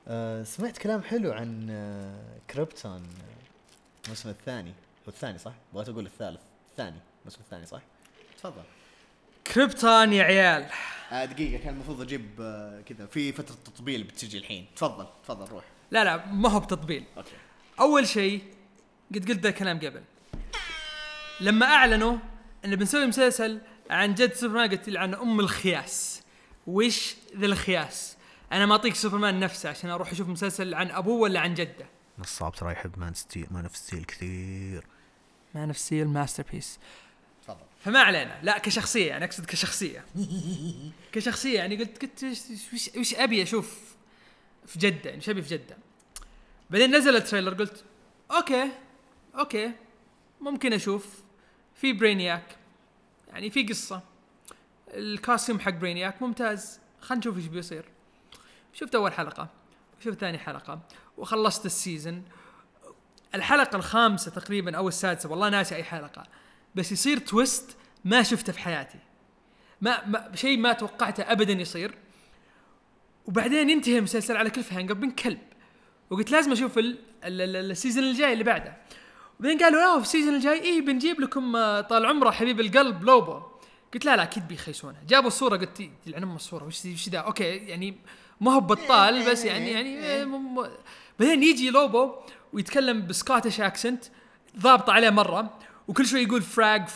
سمعت كلام حلو عن كريبتون الموسم الثاني. هو الثاني صح؟ بغيت أقول الثالث. الثاني، الموسم الثاني صح؟ تفضل. كريبتون يا عيال. دقيقة، كان المفروض أجيب كذا في فترة تطبيل بتجي الحين. تفضل روح. لا ما هو بتطبيل. أوكي. أول شيء قلت ذا الكلام قبل لما أعلنوا إن بنسوي مسلسل عن جد سوبرمان، قلت لي عن أم الخياس. وش ذا الخياس؟ أنا ما أعطيك سوبرمان نفسه عشان أروح أشوف مسلسل عن أبوه ولا عن جده. نصاب ترى يحب مان اوف ستيل كثير. مان اوف ستيل ماستر بيس. تفضل. فما علينا. لا كشخصية، يعني أقصد كشخصية يعني قلت وش أبي أشوف في جدة، يعني شبي في جدة. بعدين نزل التريلر قلت أوكي ممكن أشوف. في برينياك، يعني في قصة، الكاستيوم حق برينياك ممتاز، خلنا نشوف ايش بيصير. شفت أول حلقة، شفت ثاني حلقة، وخلصت السيزن. الحلقة الخامسة تقريبا أو السادسة، والله ناسي أي حلقة، بس يصير تويست ما شفته في حياتي. ما شيء ما توقعته أبدا يصير. وبعدين ينتهي المسلسل على كلف هانجر بن كلب. وقلت لازم أشوف السيزن الجاي اللي بعده. وبعدين قالوا لا في السيزن الجاي بنجيب لكم طال عمره حبيب القلب لوبو. قلت لا أكيد بيخيسونه. جابوا الصورة قلت لعن أم الصورة وش ذا. أوكي يعني ما هو بطال بس يعني بعدين يجي لوبو ويتكلم بسكوتش اكسنت ضابط عليه مرة، وكل شوي يقول فراغ.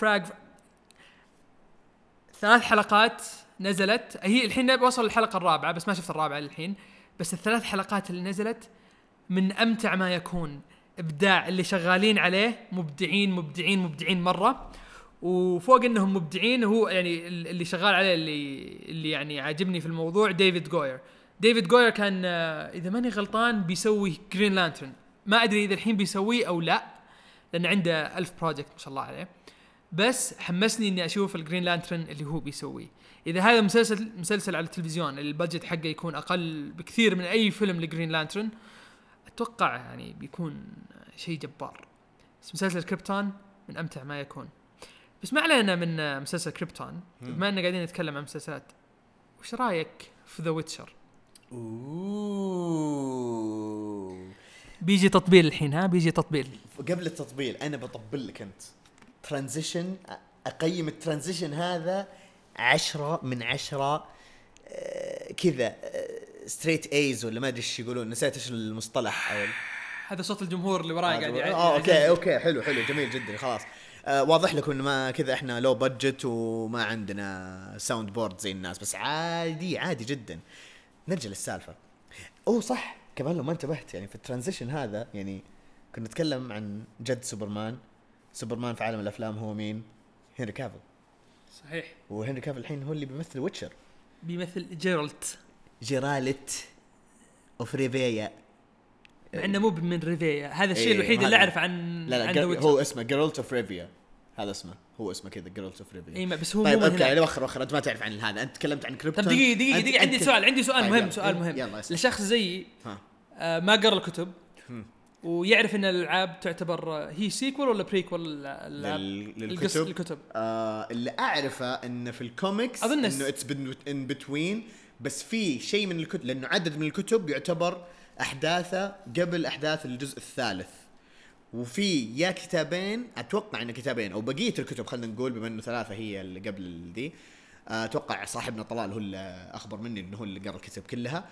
3 حلقات نزلت، هي الحين وصل الحلقة الرابعة بس ما شفت الرابعة الحين. بس ال3 حلقات اللي نزلت من أمتع ما يكون. إبداع اللي شغالين عليه، مبدعين مرة. وفوق إنهم مبدعين، هو يعني اللي شغال عليه اللي يعني عاجبني في الموضوع ديفيد جوير كان إذا ماني غلطان بيسوي جرين لانترن. ما أدري إذا الحين بيسويه أو لا، لأن عنده 1000 بروجكت ما شاء الله عليه. بس حمسني إني أشوف الجرين لانترن اللي هو بيسويه. إذا هذا مسلسل على التلفزيون البادجت حقه يكون أقل بكثير من أي فيلم لجرين لانترن، أتوقع يعني بيكون شيء جبار. مسلسل كريبتون من أمتع ما يكون. بس ما علينا من مسلسل كريبتون، بما أننا قاعدين نتكلم عن مسلسلات، وش رأيك في ذا ويتشر؟ بيجي تطبيل الحين. بيجي تطبيل. قبل التطبيل أنا بطبل لك أنت ترانزيشن. أقيم الترانزيشن هذا 10 من 10. كذا ستريت ايز ولا ما ادري ايش يقولون، نسيت ايش المصطلح. هذا صوت الجمهور اللي وراي قاعد اوكي حلو جميل جدا. خلاص واضح لكم انه ما كذا احنا لو بادجت وما عندنا ساوند بورد زي الناس، بس عادي جدا. نرجع للسالفه. صح كمان لو ما انتبهت يعني في الترانزيشن هذا، يعني كنا نتكلم عن جد سوبرمان في عالم الافلام هو مين؟ هنري كافل. صحيح. وهنري كافل الحين هو اللي بيمثل ويتشر، بيمثل جيرالت اوف ريفيا، مع انه مو من ريفيا. هذا الشيء الوحيد اللي اعرف عن لا هو اسمه جيرالت اوف ريفيا. هذا اسمه، هو اسمه كذا جيرالت اوف ريفيا. اي بس هو طيب اوكي وخر انت ما تعرف عن هذا. انت تكلمت عن كريبتون. طب دقيقه عندي سؤال طيب مهم لشخص زيي ما قرأ الكتب ويعرف ان الالعاب تعتبر هي سيكول ولا بريكول للكتب. اللي اعرفه ان في الكوميكس انه اتس ان بتوين، بس في شيء من الكتب لانه عدد من الكتب يعتبر احداثه قبل احداث الجزء الثالث، وفي يا كتابين اتوقع ان كتابين او بقيه الكتب خلينا نقول بما انه 3 هي اللي قبل دي. اتوقع صاحبنا طلال هو اللي اخبر مني انه هو اللي قرأ الكتب كلها.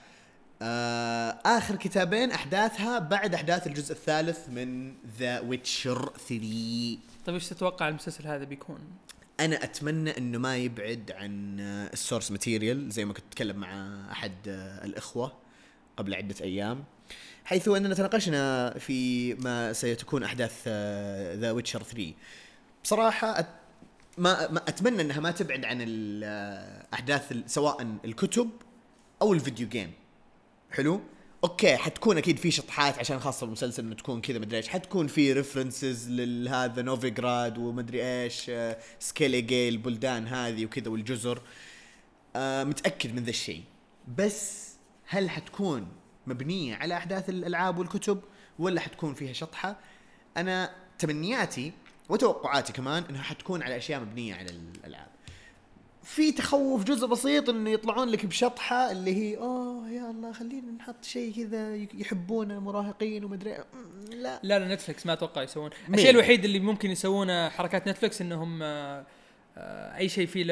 آخر كتابين أحداثها بعد أحداث الجزء الثالث من ذا ويتشر 3. طيب إيش تتوقع المسلسل هذا بيكون؟ أنا أتمنى إنه ما يبعد عن السورس ماتيريال زي ما كنت أتكلم مع أحد الإخوة قبل عدة أيام، حيث أننا تناقشنا في ما سيتكون أحداث ذا ويتشر 3. بصراحة ما أتمنى أنها ما تبعد عن الأحداث سواء الكتب أو الفيديو جيم. حلو اوكي، حتكون اكيد في شطحات عشان خاصه المسلسل انه تكون كذا مدري ايش، حتكون في ريفرنسز لهذا نوفيغراد ومدري ايش سكيليجي البلدان هذه وكذا والجزر. متاكد من ذا الشيء، بس هل حتكون مبنيه على احداث الالعاب والكتب ولا حتكون فيها شطحه؟ انا تمنياتي وتوقعاتي كمان انها حتكون على اشياء مبنيه على الالعاب. في تخوف جزء بسيط انه يطلعون لك بشطحه اللي هي يا الله خلينا نحط شيء كذا يحبونه المراهقين ومدري لا لا نتفلكس ما اتوقع يسوون. الشيء الوحيد اللي ممكن يسوونه حركات نتفلكس انهم اي شيء فيه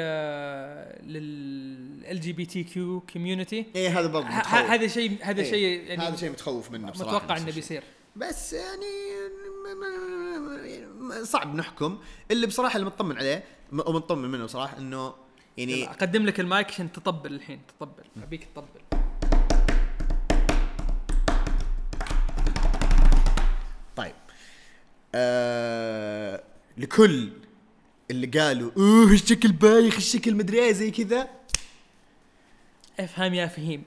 لل جي بي تي كيو كوميونتي. ايه هذا برضه هذا شيء يعني هذا شيء متخوف منه بصراحه. متوقع انه بيصير بس يعني صعب نحكم. اللي بصراحه اللي مطمن عليه ومطمن منه بصراحه انه يعني اقدم لك المايك عشان تطبل الحين. تطبل ابيك تطبل. طيب لكل اللي قالوا الشكل بايخ الشكل مدري زي كذا افهم يا فهيم.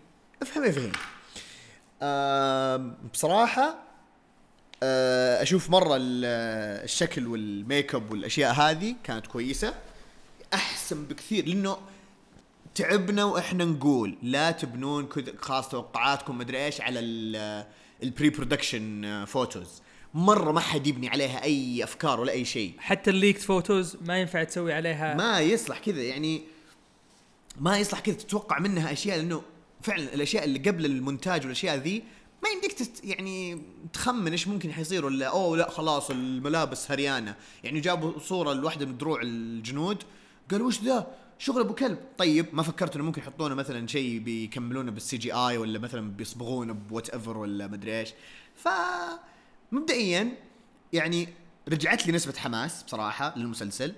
بصراحة أشوف مرة الشكل والميك اب والأشياء هذه كانت كويسة أحسن بكثير. لأنه تعبنا وإحنا نقول لا تبنون خاص توقعاتكم مدري إيش على البري برودكشن فوتوز. مرة ما حد يبني عليها أي أفكار ولا أي شيء. حتى الليكت فوتوز ما ينفع تسوي عليها. ما يصلح كذا يعني ما يصلح كذا تتوقع منها أشياء. لأنه فعلا الأشياء اللي قبل المونتاج والأشياء ذي ما يمديك يعني تخمن إيش ممكن حيصير ولا لا خلاص الملابس هريانة. يعني جابوا صورة لواحدة من دروع الجنود قالوا وش ذا شغل أبو كلب. طيب ما فكرت إنه ممكن يحطونه مثلا شيء بيكملونه بالسي جي آي ولا مثلا بيصبغونه بوات إيفر ولا مدري إيش. مبدئيا يعني رجعت لي نسبة حماس بصراحة للمسلسل.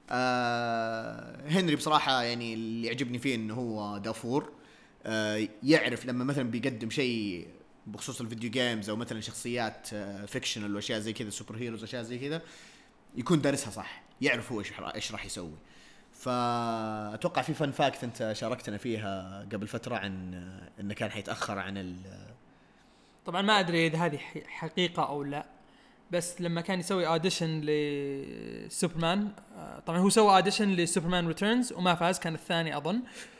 هنري بصراحة يعني اللي يعجبني فيه إنه هو دافور. يعرف لما مثلا بيقدم شيء بخصوص الفيديو جيمز أو مثلا شخصيات فيكشنال وأشياء زي كذا سوبر هيروز أشياء زي كذا يكون دارسها صح. يعرف هو إيش راح يسوي. فأتوقع في فن فاكت أنت شاركتنا فيها قبل فترة عن إنه كان حيتأخر عن طبعا ما أدري إذا هذه حقيقة أو لا. بس لما كان يسوي أوديشن لسوبرمان طبعا هو سوى أوديشن لسوبرمان ريتيرنز وما فاز كان الثاني أظن.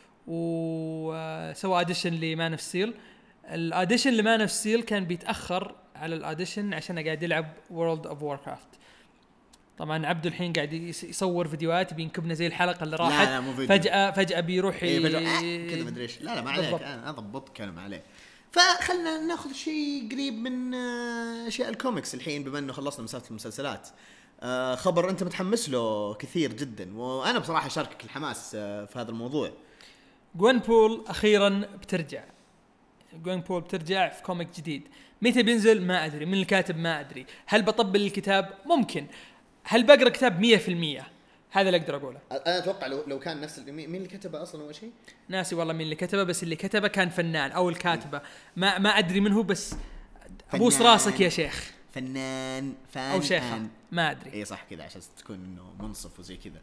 وسوى أوديشن لمان اوف ستيل. الأوديشن لمان اوف ستيل كان بيتأخر على الأوديشن عشان قاعد يلعب وورلد اوف واركرافت. طبعا عبده الحين قاعد يصور فيديوهات بينكبنا زي الحلقة اللي راحت. فجأة بيروح كذا ما ادري ايش. لا ما عليك انا ضبطت كلام عليه. فخلنا ناخذ شيء قريب من اشياء الكوميكس الحين بما انه خلصنا مسافه المسلسلات. خبر انت متحمس له كثير جدا وانا بصراحه شاركك الحماس في هذا الموضوع. جوين بول اخيرا بترجع. جوين بول بترجع في كوميك جديد. متى بينزل ما ادري. من الكاتب ما ادري. هل بطبل الكتاب ممكن. هل بقرا كتاب 100%. هذا اللي اقدر اقوله. انا اتوقع لو كان نفس مين اللي كتبه اصلا اول شيء ناسي والله مين اللي كتبه. بس اللي كتبه كان فنان او الكاتبه ما ادري من هو. بس ابوس راسك يا شيخ. فنان او شيخه ما ادري. اي صح كذا عشان تكون انه منصف وزي كذا.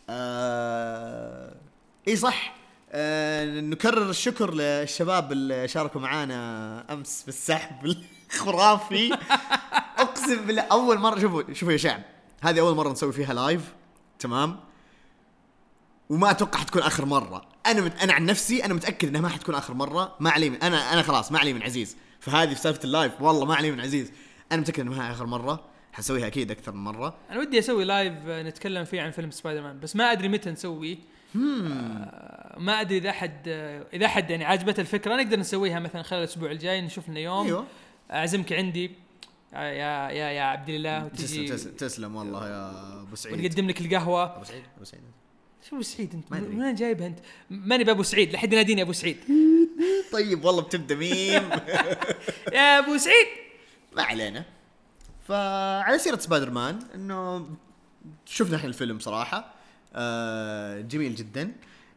اي صح. نكرر الشكر للشباب اللي شاركوا معانا امس في السحب الخرافي. اقسم بالله اول مره شوفوا يا شعب هذه اول مره نسوي فيها لايف تمام. وما اتوقع حتكون اخر مره. انا عن نفسي انا متاكد انها ما حتكون اخر مره. ما علي من انا خلاص ما علي من عزيز. فهذه في سالفه اللايف والله ما علي من عزيز. انا متاكد انها ما هي اخر مره. حنسويها اكيد اكثر من مره. انا ودي اسوي لايف نتكلم فيه عن فيلم سبايدر مان بس ما ادري متى نسويه. ما ادري اذا حد يعني عجبته الفكره نقدر نسويها مثلا خلال الاسبوع الجاي. نشوف لنا يوم. أيوة. اعزمك عندي يا عبد الله وتجي تسلم والله يا ابو سعيد. ونقدم لك القهوه. ابو سعيد شو ابو سعيد انت من وين جايبها انت؟ ماني بابو سعيد لحد ناديني ابو سعيد. طيب والله بتبدا ميم. يا ابو سعيد ما علينا. فعلى سيرة سبايدر مان انه شفنا احنا الفيلم صراحة جميل جدا.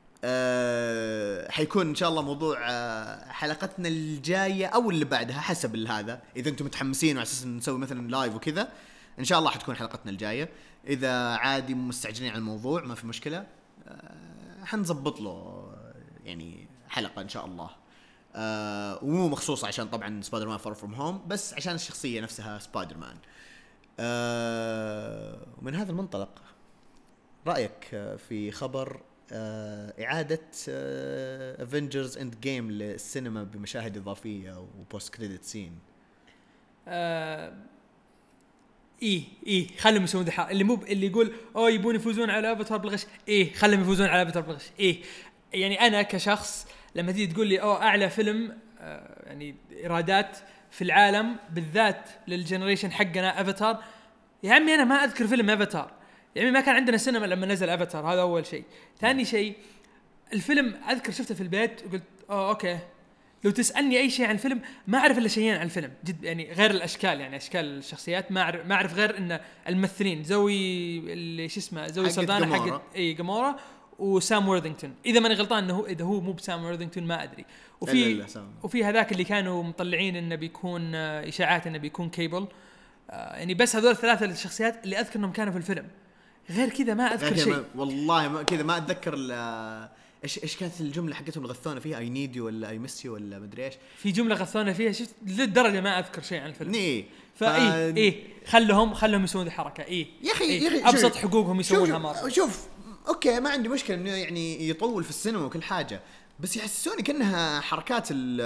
حيكون ان شاء الله موضوع حلقتنا الجاية او اللي بعدها حسب هذا. اذا انتم متحمسين وعلى اساس نسوي مثلا لايف وكذا ان شاء الله حتكون حلقتنا الجاية. اذا عادي مستعجلين على الموضوع ما في مشكلة. حنظبط له يعني حلقة ان شاء الله. ومو مخصوص عشان طبعا سبايدر مان فار فروم هوم بس عشان الشخصية نفسها سبايدر مان. ومن هذا المنطلق رأيك في خبر إعادة Avengers Endgame للسينما بمشاهد إضافية وبوست كريدت سين؟ ايه خلهم يسوون ذا اللي مو اللي يقول يبون يفوزون على افاتار بالغش. خلهم يفوزون على افاتار بالغش. يعني انا كشخص لما تيجي تقول لي اعلى فيلم يعني ايرادات في العالم بالذات للجنريشن حقنا افاتار، يا عمي انا ما اذكر فيلم افاتار، يعني ما كان عندنا سينما لما نزل افاتار. هذا اول شيء. ثاني شيء الفيلم اذكر شفته في البيت وقلت اوكي. لو تسالني اي شيء عن الفيلم ما اعرف الا شيئين عن الفيلم جد، يعني غير الاشكال، يعني اشكال الشخصيات ما اعرف غير ان الممثلين زوي اللي شو اسمه زوي سلطانه حق جامورا وسام وورثينغتون، اذا ماني غلطان انه اذا هو مو بسام وورثينغتون ما ادري. وفي هذاك اللي كانوا مطلعين انه بيكون اشاعات انه بيكون كيبل. يعني بس هذول الثلاثه الشخصيات اللي اذكر انهم كانوا في الفيلم، غير كذا ما اذكر شيء والله. كذا ما اتذكر ايش كانت الجمله حقتهم الغثونه فيها؟ اي نيد يو ولا اي ميس يو ولا مدري ايش. في جمله غثونه فيها للدرجه ما اذكر شيء عن الفيلم. فاي خلهم يسوون الحركه. يا اخي ابسط حقوقهم يسوونها مره. شوف اوكي ما عندي مشكله انه يعني يطول في السينما وكل حاجه، بس يحسسوني كأنها حركات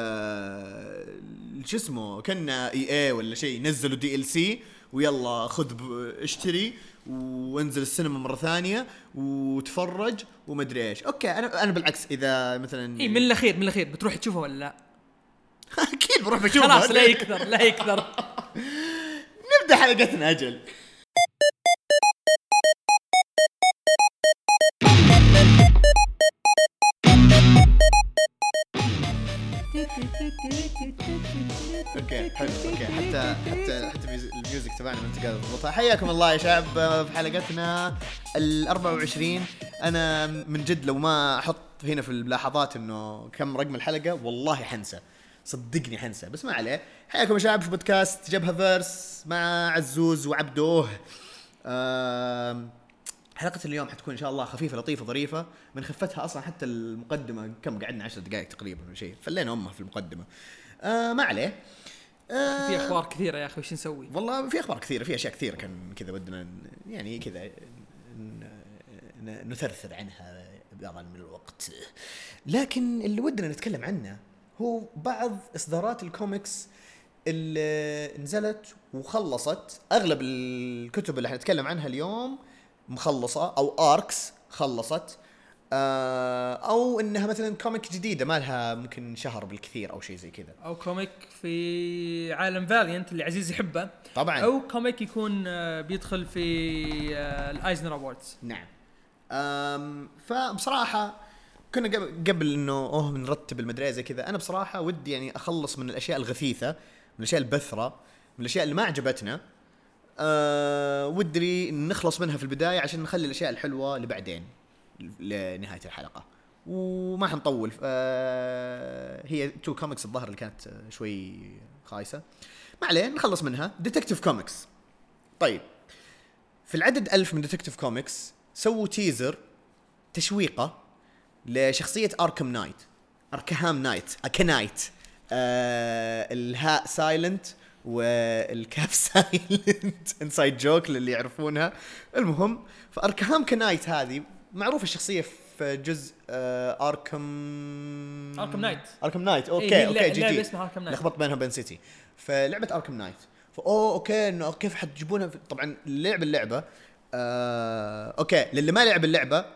شو اسمه، كأنها اي ولا شيء نزلوا DLC ويلا خذ اشتري وانزل السينما مرة ثانية وتفرج ومدري ايش. اوكي انا بالعكس، اذا مثلا من الاخير بتروح تشوفه ولا لا؟ اكيد بروح بشوفه. خلاص لا يكثر نبدأ حلقتنا اجل. اوكي حلو. اوكي حتى الميوزك تبعنا ما انت قادر تضبطها. حياكم الله يا شعب في حلقتنا ال24. انا من جد لو ما احط هنا في الملاحظات انه كم رقم الحلقه والله حنسى، صدقني حنسى، بس ما عليه. حياكم يا شعب في بودكاست جبهة فيرس مع عزوز وعبدوه. حلقة اليوم حتكون إن شاء الله خفيفة لطيفة ظريفة. من خفتها أصلا حتى المقدمة كم قعدنا 10 دقائق تقريبا ولا شيء، فلينا أمها في المقدمة. ما عليه. في أخبار كثيرة يا أخي، وش نسوي؟ والله في أخبار كثيرة، في أشياء كثيرة كان كذا بدنا يعني كذا نثرثر عنها بعضا من الوقت، لكن اللي ودنا نتكلم عنه هو بعض إصدارات الكوميكس اللي نزلت وخلصت. أغلب الكتب اللي حنتكلم عنها اليوم مخلصة أو آركس خلصت، أو إنها مثلا كوميك جديدة ما لها ممكن شهر بالكثير أو شيء زي كذا، أو كوميك في عالم فاليانت اللي عزيز يحبه طبعا، أو كوميك يكون بيدخل في الآيزنر أووردز. نعم. فبصراحة كنا قبل إنه نرتب المدرسة زي كذا، أنا بصراحة ودي يعني أخلص من الأشياء الغثيثة، من الأشياء البثرة، من الأشياء اللي ما عجبتنا. ودي نخلص منها في البداية عشان نخلي الأشياء الحلوة لبعدين لنهاية الحلقة، وما حنطول. هي 2 كوميكس الظاهر اللي كانت شوي خايسة، ما عليه نخلص منها. ديتكتيف كوميكس. طيب في العدد 1000 من ديتكتيف كوميكس سووا تيزر تشويقة لشخصية أركام نايت، أركهام نايت، أكنايت، الهاء سايلنت والكاف سايلنت، انسايد جوك للي يعرفونها. المهم فأركهام كنايت هذه معروفة الشخصية في جزء أركام نايت. أوكي جي لخبط بينها وبين سيتي. فلعبة أركام نايت أوكي إنه كيف حتجيبونها طبعا اللعبة أوكي للي ما لعب اللعبة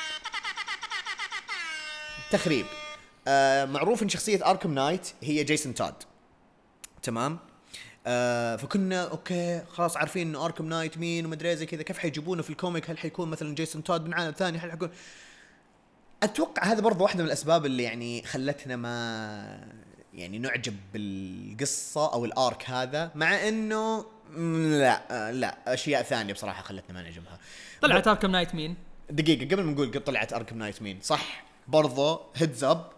تخريب. معروف إن شخصية أركام نايت هي جيسون تاد، تمام. فكنا اوكي خلاص عارفين انه اركم نايت مين ومدري زي كذا، كيف حيجيبونه في الكوميك؟ هل حيكون مثلا جيسون تود من عالم ثاني؟ هل حيكون؟ اتوقع هذا برضه واحده من الاسباب اللي يعني خلتنا ما يعني نعجب بالقصه او الارك هذا، مع انه لا اشياء ثانيه بصراحه خلتنا ما نعجبها. طلعت اركم نايت مين؟ دقيقه قبل ما نقول طلعت اركم نايت مين، صح برضه هيدز اب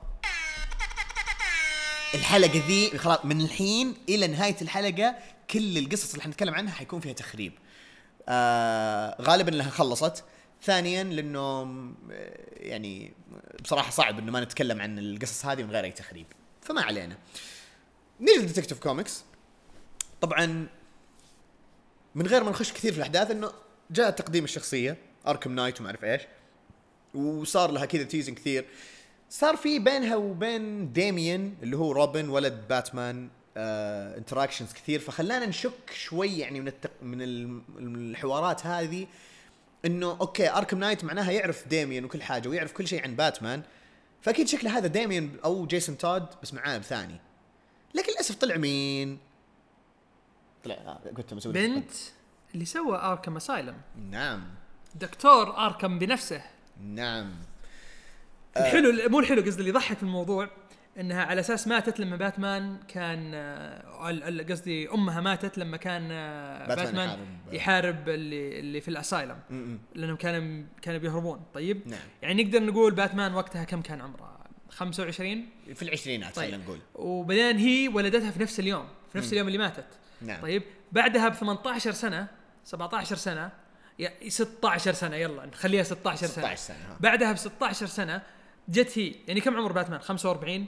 الحلقة ذي خلاص من الحين إلى نهاية الحلقة كل القصص اللي حنتكلم عنها حيكون فيها تخريب. غالبا لها خلصت. ثانيا لأنه يعني بصراحة صعب إنه ما نتكلم عن القصص هذه من غير أي تخريب، فما علينا. نيجي لديتكتيف كوميكس. طبعا من غير ما نخش كثير في الأحداث، إنه جاء تقديم الشخصية أركم نايت وما أعرف إيش، وصار لها كذا تيزن كثير. صار في بينها وبين ديميان اللي هو روبن ولد باتمان انتراكشنز كثير، فخلانا نشك شوي يعني من الحوارات هذه انه اوكي اركم نايت معناها يعرف ديميان وكل حاجه ويعرف كل شيء عن باتمان، فاكيد شكله هذا ديميان او جيسون تود بس معاه ثاني. لكن للاسف طلع مين؟ طلع كنت مسؤول بنت اللي سوى اركم اسايلم. نعم دكتور اركم بنفسه. نعم. الحلو مو الحلو قصدي اللي يضحك في الموضوع انها على اساس ماتت لما باتمان كان قصدي امها ماتت لما كان باتمان يحارب اللي في الاسايلم لانهم كانوا بيهربون. طيب نعم. يعني نقدر نقول باتمان وقتها كم كان عمره؟ 25 في العشرينات. طيب. خلينا نقول. وبعدين هي ولدتها في نفس اليوم، في نفس اليوم اللي ماتت. نعم. طيب بعدها ب 18 سنه 17 سنه 16 سنه يلا نخليها 16 سنه بعدها ب 16 سنه جت هي. يعني كم عمر باتمان؟ 45.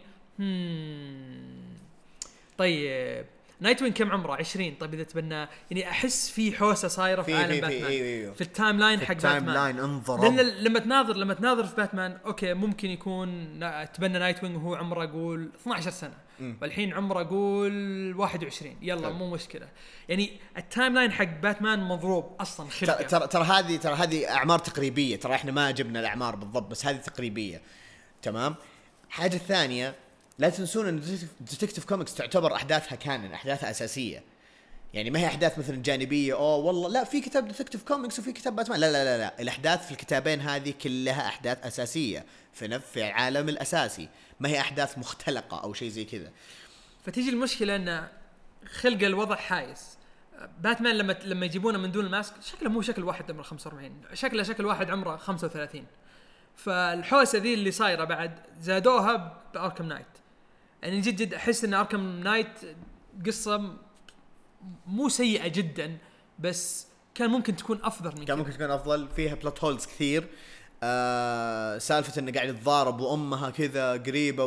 طيب نايت وين كم عمره؟ 20. طيب اذا تبنى يعني احس في حوسه صايره في عالم باتمان في التايم لاين حق باتمان. لان لما تناظر في باتمان اوكي ممكن يكون تبنى نايت وين وهو عمره اقول 12 سنه والحين عمره اقول 21. يلا مو مشكله. يعني التايم لاين حق باتمان مضروب اصلا خلقه. ترى هذه اعمار تقريبيه. ترى احنا ما جبنا الاعمار بالضبط بس هذه تقريبيه. تمام. حاجه ثانيه لا تنسون ان ديتكتيف كوميكس تعتبر احداثها كانن، احداثها اساسيه. يعني ما هي احداث مثلا جانبيه والله لا في كتاب ديتكتيف كوميكس وفي كتاب باتمان. لا الاحداث في الكتابين هذه كلها احداث اساسيه في العالم الاساسي، ما هي احداث مختلقه او شيء زي كذا. فتيجي المشكله ان خلق الوضع حايس. باتمان لما يجيبونه من دون الماسك شكله مو شكل واحد عمره 45، شكله شكل واحد عمره 35. فالحوسه ذي اللي صايره بعد زادوها باركم نايت. يعني جد احس ان اركم نايت قصه مو سيئه جدا بس كان ممكن تكون افضل من كان ممكن تكون افضل. فيها بلوت هولز كثير. سالفه انه قاعد يتضارب وامها كذا قريبه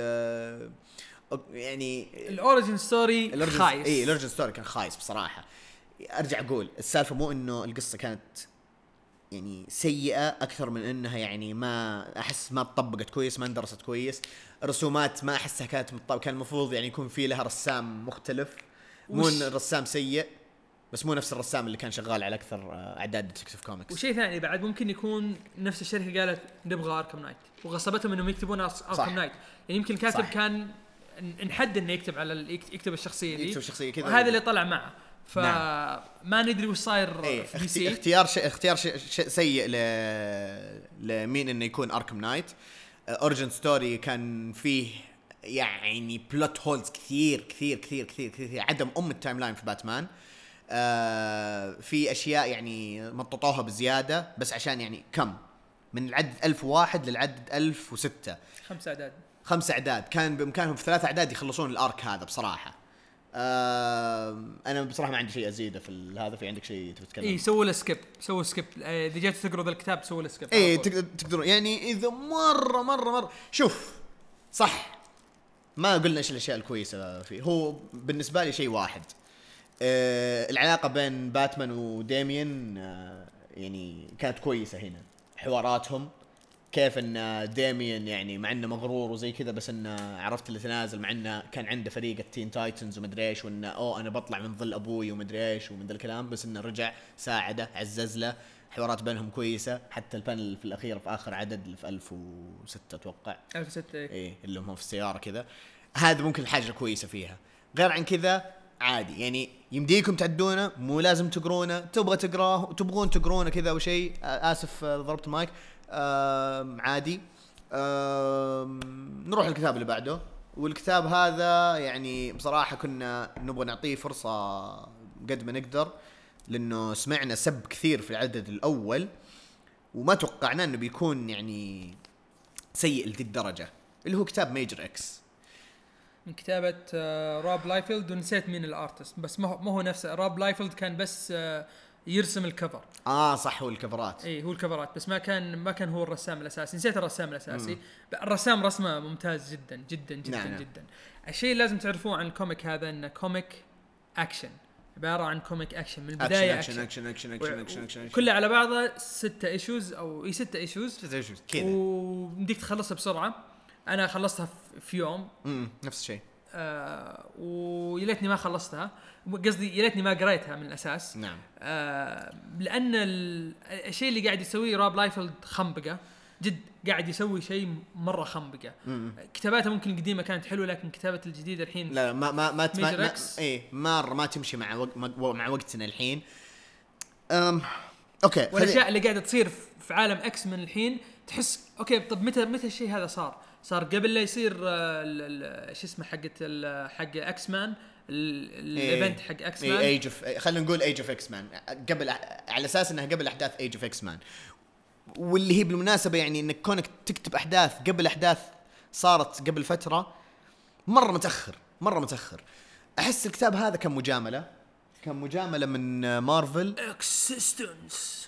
يعني الاوريجن ستوري خايس. الاوريجن ستوري كان خايس بصراحه. ارجع اقول السالفه مو انه القصه كانت يعني سيئة أكثر من إنها يعني ما أحس ما تطبقت كويس، ما اندرست كويس. الرسومات ما أحسها كانت كان المفروض يعني يكون في لها رسام مختلف. مو إن الرسام سيء بس مو نفس الرسام اللي كان شغال على أكثر أعداد ديتكتيف كوميكس. وشيء ثاني بعد ممكن يكون نفس الشركة قالت نبغى أركم نايت وغصبتهم إنهم يكتبون أركم نايت. يعني يمكن الكاتب كان نحد إنه يكتب على يكتب الشخصية دي كذا وهذا اللي طلع معه. فما ندري وش صاير في دي سي. اختيار سيء لمين انه يكون اركم نايت. اوريجن ستوري كان فيه يعني بلوت هولز كثير كثير كثير كثير كثير. عدم التايم لاين في باتمان. في اشياء يعني مططوها بزياده بس عشان يعني كم من العدد 1001 للعدد 1006 5 اعداد كان بامكانهم في 3 اعداد يخلصون الارك هذا بصراحه. انا بصراحه ما عندي شيء ازيده في هذا. في عندك شيء تبي تتكلم؟ سووا له سكيب اذا جيت تقرا ذا الكتاب سووا له سكيب. تقدرون يعني اذا مره شوف صح ما قلنا ايش الاشياء الكويسه فيه. هو بالنسبه لي شيء واحد. العلاقه بين باتمان وديميان يعني كانت كويسه هنا. حواراتهم كيف ان ديميان يعني مع انه مغرور وزي كذا بس انه عرفت اللي تنازل مع انه كان عنده فريق التين تايتنز ومدري ايش وانه انا بطلع من ظل ابوي ومدري ايش ومن ذا الكلام بس انه رجع ساعده عزز له. حوارات بينهم كويسه. حتى البانل في الاخير في اخر عدد اللي في 1006 اتوقع 1006 ايه اللي هم في السياره كذا. هذا ممكن الحاجه كويسه فيها. غير عن كذا عادي يعني يمديكم تعدونه مو لازم تقرونه. تبغى تقراه تبغون تقرونه كذا او شيء. اسف ضربت المايك. عادي. نروح الكتاب اللي بعده. والكتاب هذا يعني بصراحة كنا نبغى نعطيه فرصة قد ما نقدر لأنه سمعنا سب كثير في العدد الأول وما توقعنا أنه بيكون يعني سيء لذي الدرجة. اللي هو كتاب ميجر إكس من كتابة روب لايفيلد. ونسيت مين الارتست بس ما هو نفسه. روب لايفيلد كان بس يرسم الكفر. صح هو الكفرات. هو الكفرات بس ما كان هو الرسام الاساسي. نسيت الرسام الاساسي. الرسام رسمه ممتاز جدا جدا جدا نعم. جدا. الشيء لازم تعرفوه عن الكوميك هذا انه كوميك اكشن. عباره عن كوميك اكشن من البدايه. أكشن. كله على بعضه 6 ايشوز او 6 ايشوز كذا ومديك تخلصها بسرعه. انا خلصتها في يوم. نفس الشيء. ويا ليتني ما خلصتها، قصدي يا ليتني ما قريتها من الاساس. نعم. لان الشيء اللي قاعد يسويه روب لايفيلد خنبقه جد، قاعد يسوي شيء مره خنبقه. كتاباته ممكن القديمه كانت حلوه، لكن كتابه الجديده الحين لا ما مره ما تمشي مع مع وقتنا الحين. اوكي، والاشياء اللي قاعده تصير في عالم اكس من الحين تحس اوكي طب متى الشيء هذا صار قبل لا يصير شو اسمه حق اكس مان، الايفنت حق اكس مان، ايج اوف، خلينا نقول ايج اوف اكس مان، قبل، على اساس انها قبل احداث ايج اوف اكس مان. واللي هي بالمناسبه يعني انك كونك تكتب احداث قبل احداث صارت قبل فتره مره متاخر. احس الكتاب هذا كان مجامله من مارفل. اكسيستنس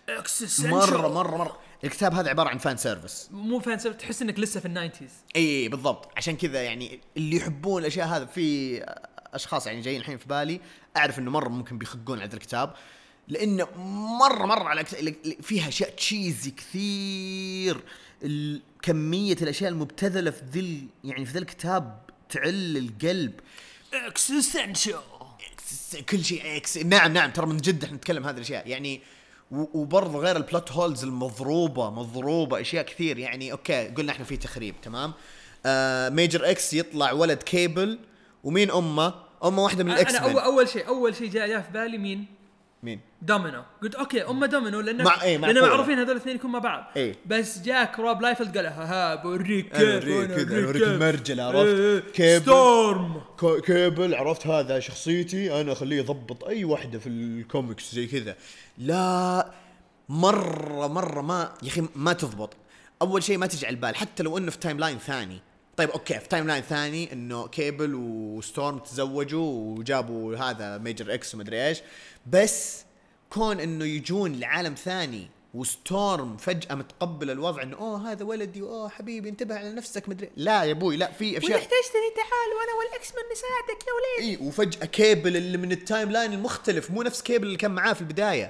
مره الكتاب هذا عباره عن فان سيرفيس، مو فان سيرفيس، تحس انك لسه في الناينتيز. اي بالضبط. عشان كذا يعني اللي يحبون الاشياء هذا، في اشخاص يعني جايين الحين في بالي اعرف انه مره ممكن بيخقون على الكتاب، لانه مره على فيها اشياء تشيزي كثير. كميه الاشياء المبتذله في ذا الكتاب تعل القلب. اكسيستنشال كل شيء نعم ترى من جد احنا نتكلم هذه الاشياء يعني. وبرضه غير البلوت هولز المضروبه اشياء كثير يعني. اوكي قلنا احنا في تخريب، تمام. ميجر اكس يطلع ولد كيبل، ومين امه واحده من الاكس انا اول شيء جاء في بالي مين دومينو. قلت اوكي دومينو لان معروفين هذول الاثنين يكونوا مع بعض. بس جاك روب لايفيلد قال بوريك المرجل، عرفت؟ ستورم كيبل، عرفت؟ هذا شخصيتي انا، اخليه يضبط اي واحده في الكوميكس زي كذا. لا مره ما يا اخي ما تضبط. اول شيء ما تجي على البال حتى لو انه في تايم لاين ثاني. طيب اوكي في تايم لاين ثاني انه كيبل وستورم تزوجوا وجابوا هذا ميجر اكس ومدري ايش، بس كون انه يجون لعالم ثاني وستورم فجأة متقبل الوضع انه هذا ولدي، حبيبي انتبه على نفسك مدري. لا يا ابوي، لا، في اشياء تحتاجني تعال وانا والاكس من نساعدك يا وليد. وفجأة كيبل اللي من التايم لاين المختلف مو نفس كيبل اللي كان معاه في البداية،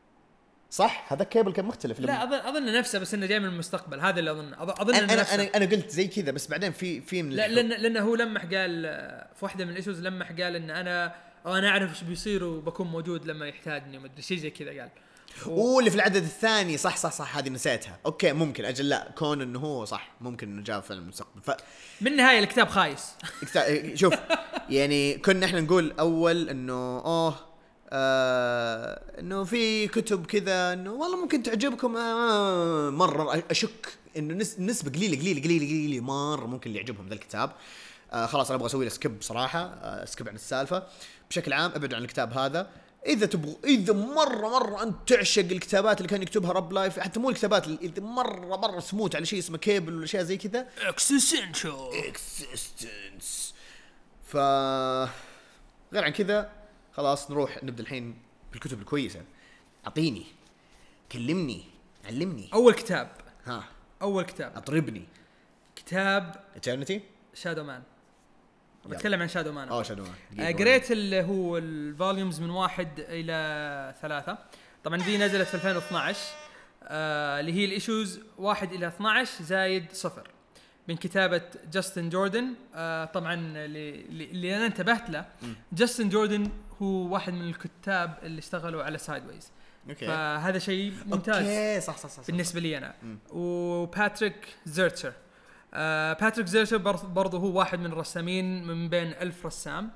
صح؟ هذا كيبل كان مختلف. لا اظن نفسه، بس انه جاي من المستقبل. هذا اللي اظن انا قلت زي كذا، بس بعدين في من لانه هو لمح قال في واحده من الايشوز، لمح قال ان انا اعرف ايش بيصير وبكون موجود لما يحتاجني وما ادري شيء زي كذا قال. واللي في العدد الثاني صح هذه نسيتها. اوكي ممكن اجل، لا كون انه هو صح ممكن انه جاء في المستقبل. من النهايه الكتاب خايس. شوف يعني كنا احنا نقول اول انه انه في كتب كذا انه والله ممكن تعجبكم، مره اشك انه نسبه قليله مره ممكن اللي يعجبهم ذا الكتاب. خلاص انا ابغى اسوي له سكيب صراحه، سكيب عن السالفه بشكل عام. ابعد عن الكتاب هذا اذا مره انت تعشق الكتابات اللي كان يكتبها روب لايف، حتى مو الكتابات، اذا مره سموت على شيء اسمه كيبل ولا شيء زي كذا اكسيستنس. غير عن كذا خلاص نروح نبدا الحين بالكتب الكويسه. اعطيني، كلمني، علمني. اول كتاب اطربني. كتاب إترنتي شادو مان. بتكلم عن شادو مان. شادو مان قريت اللي هو الفوليومز من 1 إلى 3. طبعا دي نزلت في 2012، اللي هي الإيشوز 1 إلى 12 زايد 0 من كتابة جاستن جوردن. طبعا اللي أنا انتبهت له، جاستن جوردن هو واحد من الكتاب اللي اشتغلوا على سايدويز. فهذا شيء ممتاز. اوكي صح بالنسبة لي أنا. وباتريك زيرتشر. باتريك زيرتشر برضو هو واحد من الرسامين من بين 1000 رسام.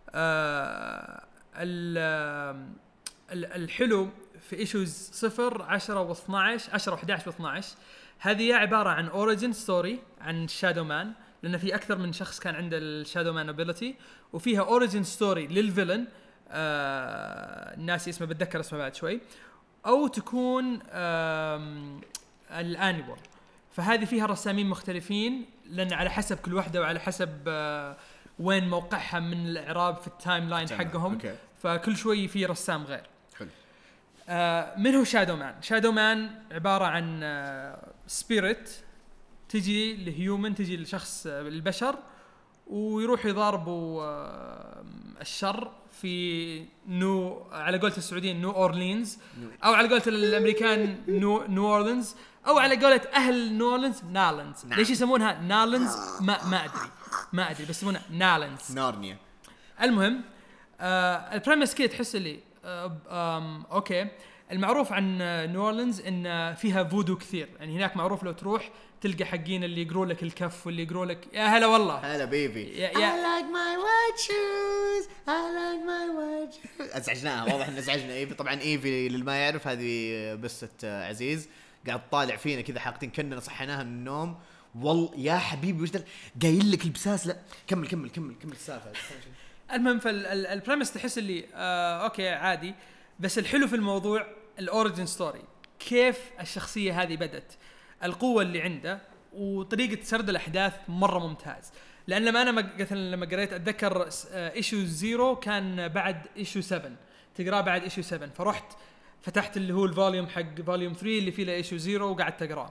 الحلو في إيشوز 0 10 و12 10 و11 و12 هذه عبارة عن أوريجين ستوري عن شادو مان، لأن في أكثر من شخص كان عنده الشادو مان ابيليتي، وفيها أوريجين ستوري للفيلن. الناس اسمه بتذكر اسمه بعد شوي، أو تكون الأنيبل. فهذه فيها رسامين مختلفين، لأن على حسب كل واحدة وعلى حسب وين موقعها من الإعراب في التايم لاين حقهم. فكل شوي في رسام غير. حلو. من هو شادو مان عبارة عن سبيريت تجي لهيومن، تجي لشخص البشر، ويروح يضاربوا الشر في على قولة السعوديين نو أورلينز، أو على قولة الأمريكان نو أورلينز، أو على قولة أهل نو أورلينز نالنز. ليش يسمونها نالنز ما أدري. ما ادري بس هنا نالنز نارنيا. المهم البريمس كده تحس اللي اوكي. المعروف عن نيو أورلينز ان فيها فودو كثير، يعني هناك معروف لو تروح تلقى حقين اللي يقروا لك الكف واللي يقروا لك يا هلا والله هلا بيبي I like my white shoes I like my white shoes. ازعجناها واضح ان ازعجنا ايفي. طبعا ايفي للي ما يعرف هذه بسة عزيز قاعد طالع فينا كذا حاقتين كنا صحيناها من النوم. والله يا حبيبي وش قايل لك البساس. لا كمل السالفه. المهم فالبريمس تحس اللي اوكي عادي، بس الحلو في الموضوع الاوريجن ستوري، كيف الشخصيه هذه بدت، القوه اللي عنده، وطريقه سرد الاحداث مره ممتاز. لان لما قريت اتذكر ايشو 0 كان بعد ايشو 7، تقراه بعد ايشو 7، فرحت فتحت اللي هو الفوليوم حق فوليوم 3 اللي فيه ايشو 0 وقعدت اقراه.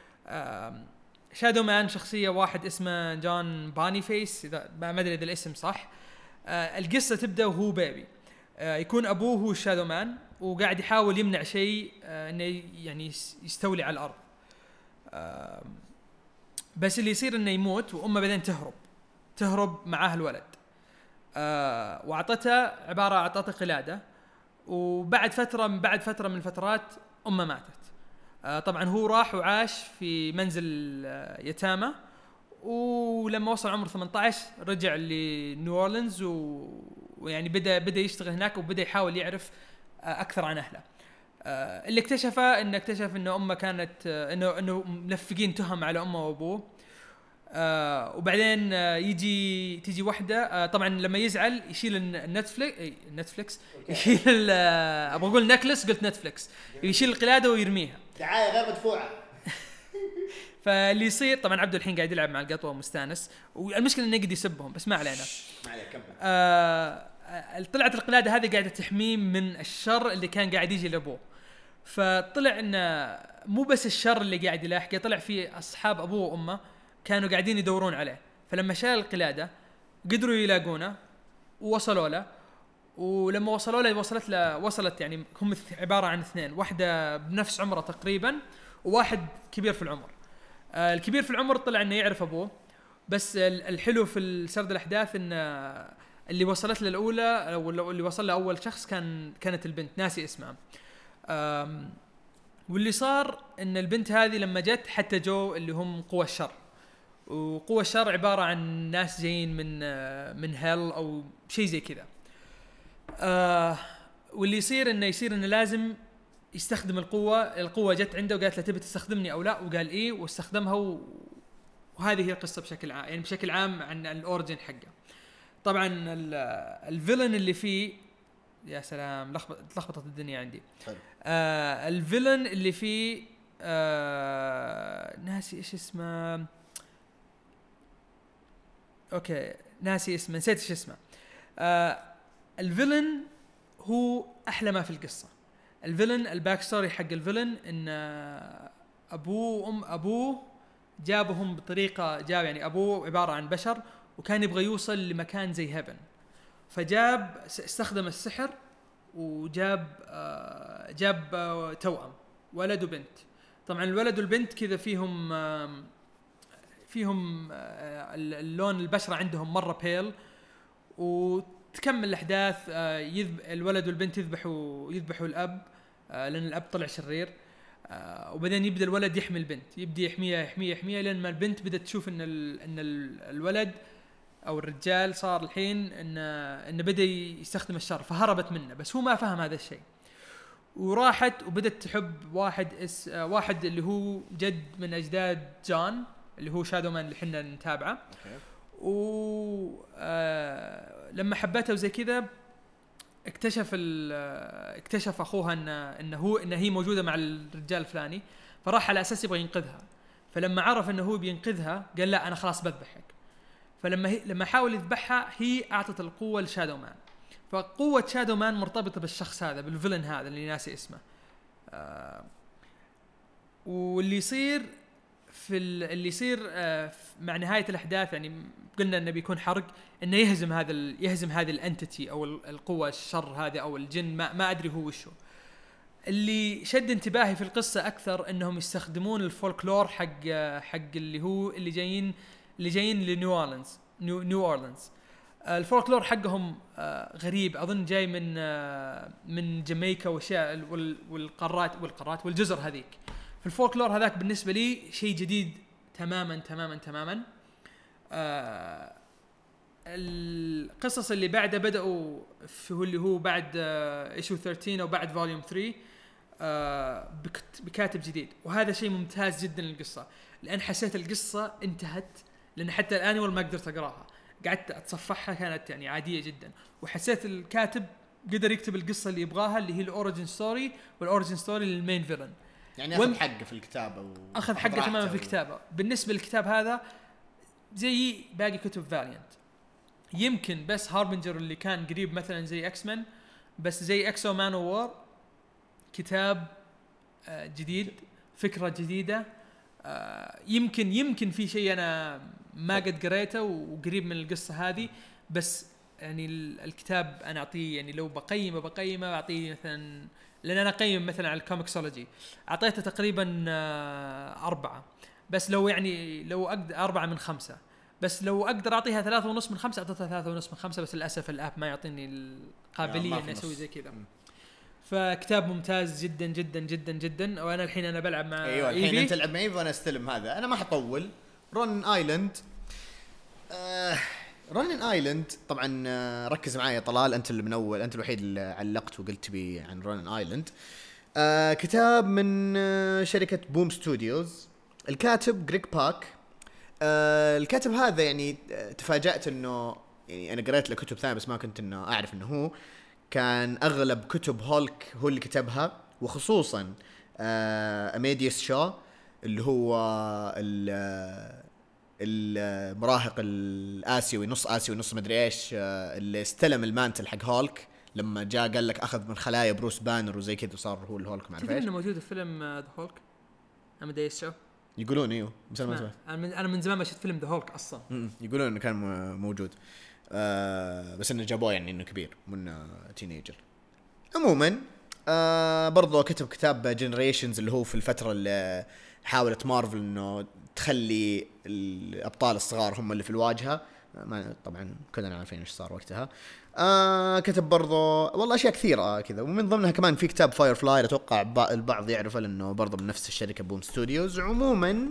شادو مان شخصيه واحد اسمه جون باني فيس، اذا ما ادري اذا الاسم صح. القصه تبدا وهو بيبي، يكون ابوه هو شادو مان وقاعد يحاول يمنع شيء انه يعني يستولي على الارض. بس اللي يصير انه يموت، وامه بعدين تهرب معاه الولد. واعطته اعطته قلاده، وبعد فتره من الفترات امه ماتت. طبعا هو راح وعاش في منزل يتامى، ولما وصل عمر 18 رجع لنيو أورلينز ويعني بدا يشتغل هناك، وبدا يحاول يعرف اكثر عن اهله. اللي اكتشف ان امه كانت انه ملفقين تهم على امه وابوه. وبعدين تيجي واحده، طبعا لما يزعل يشيل النتفليكس يشيل ابغى اقول نكلس، قلت نتفليكس، يشيل القلاده ويرميها. دعايه غير مدفوعه. فاللي يصير طبعا عبد الحين قاعد يلعب مع القطوه ومستانس، والمشكله انه يقدر يسبهم، بس ما علينا. ما عليك كمل. طلعت القلاده هذه قاعده تحميه من الشر اللي كان قاعد يجي لابوه. فطلع انه مو بس الشر اللي قاعد يلاحقه، طلع في اصحاب ابوه وامه كانوا قاعدين يدورون عليه. فلما شال القلاده قدروا يلاقونه ووصلوا له. ولما وصلوا له وصلت يعني هم عباره عن اثنين، واحده بنفس عمره تقريبا وواحد كبير في العمر. الكبير في العمر طلع انه يعرف ابوه، بس الحلو في سرد الاحداث ان اللي وصلت له الاولى او اللي وصل له اول شخص كانت البنت، ناسي اسمها. واللي صار ان البنت هذه لما جت حتى جو اللي هم قوى الشر، وقوى الشر عباره عن ناس جايين من هيل او شيء زي كذا. واللي يصير انه لازم يستخدم القوه جت عنده وقالت له تبي تستخدمني او لا، وقال ايه واستخدمها. وهذه هي القصه بشكل عام، يعني بشكل عام عن الاوريجن حقه. طبعا الفيلن اللي فيه، يا سلام لخبطت الدنيا عندي. الفيلن اللي فيه ناسي ايش اسمه، اوكي ناسي اسمه، نسيت ايش اسمه. الفيلن هو احلى ما في القصه. الفيلن الباك ستوري حق الفيلن ان ابوه جابهم بطريقه، يعني ابوه عباره عن بشر وكان يبغى يوصل لمكان زي هيفن، فجاب استخدم السحر وجاب توأم ولد وبنت. طبعا الولد والبنت كذا فيهم اللون البشرة عندهم مرة بيل. وتكمل الأحداث، الولد والبنت يذبحوا الأب لأن الأب طلع شرير. وبعدين يبدأ الولد يحمي البنت، يبدأ يحميها لأن ما البنت بدأت تشوف إن الولد أو الرجال صار الحين إنه بدأ يستخدم الشر، فهربت منه. بس هو ما فهم هذا الشيء، وراحت وبدأت تحب واحد اللي هو جد من أجداد جون اللي هو شادو مان اللي حنا نتابعه. لما حبته وزي كذا اكتشف اخوها ان هي موجوده مع الرجال الفلاني، فراح على اساس يبغى ينقذها. فلما عرف انه هو بينقذها قال لا انا خلاص بذبحك. لما حاول يذبحها هي اعطت القوه لشادو مان. فقوه شادو مان مرتبطه بالشخص هذا، بالفيلن هذا اللي ناسي اسمه. واللي يصير مع نهايه الاحداث، يعني قلنا انه بيكون حرق، انه يهزم هذه الانتيتي او القوه الشر هذه او الجن، ما ادري هو وشو. اللي شد انتباهي في القصه اكثر انهم يستخدمون الفولكلور حق اللي جايين لنيو أورلينز. نيو اورلينز. الفولكلور حقهم غريب، اظن جاي من جامايكا واشياء والقارات والجزر هذيك. في الفولكلور هذاك بالنسبه لي شيء جديد تماما تماما تماما. القصص اللي بعده بدأوا في اللي هو بعد ايشو 13 او بعد فوليوم 3 بكاتب جديد، وهذا شيء ممتاز جدا للقصة، لأن حسيت القصة انتهت، لأن حتى الانيمال ما قدرت أقراها، قعدت أتصفحها كانت يعني عادية جدا، وحسيت الكاتب قدر يكتب القصة اللي يبغاها اللي هي الأوريجين ستوري، والأوريجين ستوري للمين فيلن، يعني أخذ حقه في الكتابة أخذ حقه تماما في الكتابة. بالنسبة للكتاب هذا زي باقي كتب فاليانت، يمكن بس هاربنجر اللي كان قريب مثلا زي اكسمن، بس زي اكسو مان وور كتاب جديد، فكرة جديدة. يمكن في شيء انا ما قد قريته وقريب من القصة هذه، بس يعني الكتاب انا اعطيه يعني لو بقيمه اعطيه مثلا، لان انا اقيم مثلا على الكوميكسولوجي اعطيته تقريبا 4، بس لو يعني لو اقدر 4 من 5، بس لو اقدر اعطيها 3.5 من 5 اعطيتها 3.5 من 5، بس للاسف الاب ما يعطيني القابليه اني اسوي زي كذا. فكتاب ممتاز جدا جدا جدا جدا، وانا الحين انا بلعب مع ايوه الحين انت تلعب معي وانا استلم هذا. انا ما حطول. رون ايلاند رون ايلاند طبعا ركز معايا طلال، انت اللي من اول، انت الوحيد اللي علقت وقلت بي عن رون ايلاند. كتاب من شركه بوم ستوديوز، الكاتب غريغ باك. الكاتب هذا يعني تفاجأت انه يعني انا قريت له كتب ثانيه بس ما كنت انه اعرف انه هو كان اغلب كتب هولك هو اللي كتبها، وخصوصا اميديوس شو اللي هو المراهق الاسيوي، نص اسيوي نص مدري ايش، اللي استلم المانتل حق هولك لما جاء قال لك اخذ من خلايا بروس بانر وزي كذا وصار هو الهولك. ما اعرف ايش. انه موجود في فيلم ذا هولك اميديوس شو يقولون ايوه بس انا من زمان ما شفت فيلم ذا هولك اصلا. يقولون انه كان موجود، بس انه جابوه يعني انه كبير من تينيجر. عموما برضو كتب كتاب جنريشنز اللي هو في الفترة اللي حاولت مارفل انه تخلي الابطال الصغار هم اللي في الواجهة. طبعا كلنا عارفين ايش صار وقتها. كتب برضو والله اشياء كثيرة كذا، ومن ضمنها كمان في كتاب فاير فلاي، اتوقع البعض يعرفه لانه برضو من نفس الشركة بوم ستوديوز. عموما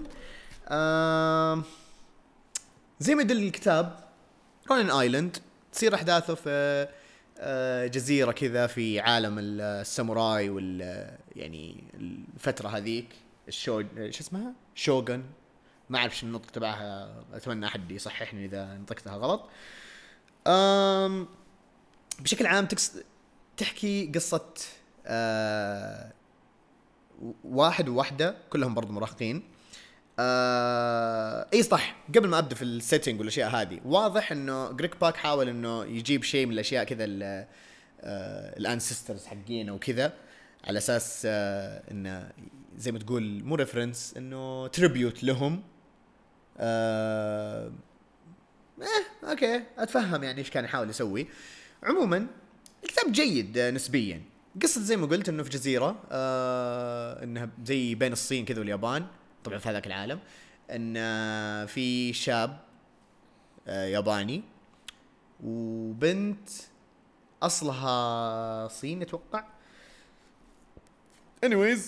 زي ما يدل الكتاب، رونين ايلاند تصير احداثه في جزيرة كذا في عالم الساموراي يعني الفترة هذيك شو اسمها شوغن، ما اعرف شو النطق تبعها، اتمنى احد يصححني اذا نطقتها غلط. بشكل عام تحكي قصة واحد وواحدة كلهم برضو مراهقين. اي صح، قبل ما ابدا في السيتنج والاشياء هذه، واضح انه غريغ باك حاول انه يجيب شيء من الاشياء كذا الانسيسترز حقين وكذا، على اساس انه زي ما تقول مو ريفرنس، انه تريبيوت لهم. اوكي اتفهم يعني ايش كان يحاول يسوي. عموما الكتاب جيد نسبيا. قصة زي ما قلت انه في جزيرة انها زي بين الصين كذا واليابان، طبعا في هذاك العالم، ان في شاب ياباني وبنت اصلها صين اتوقع. anyways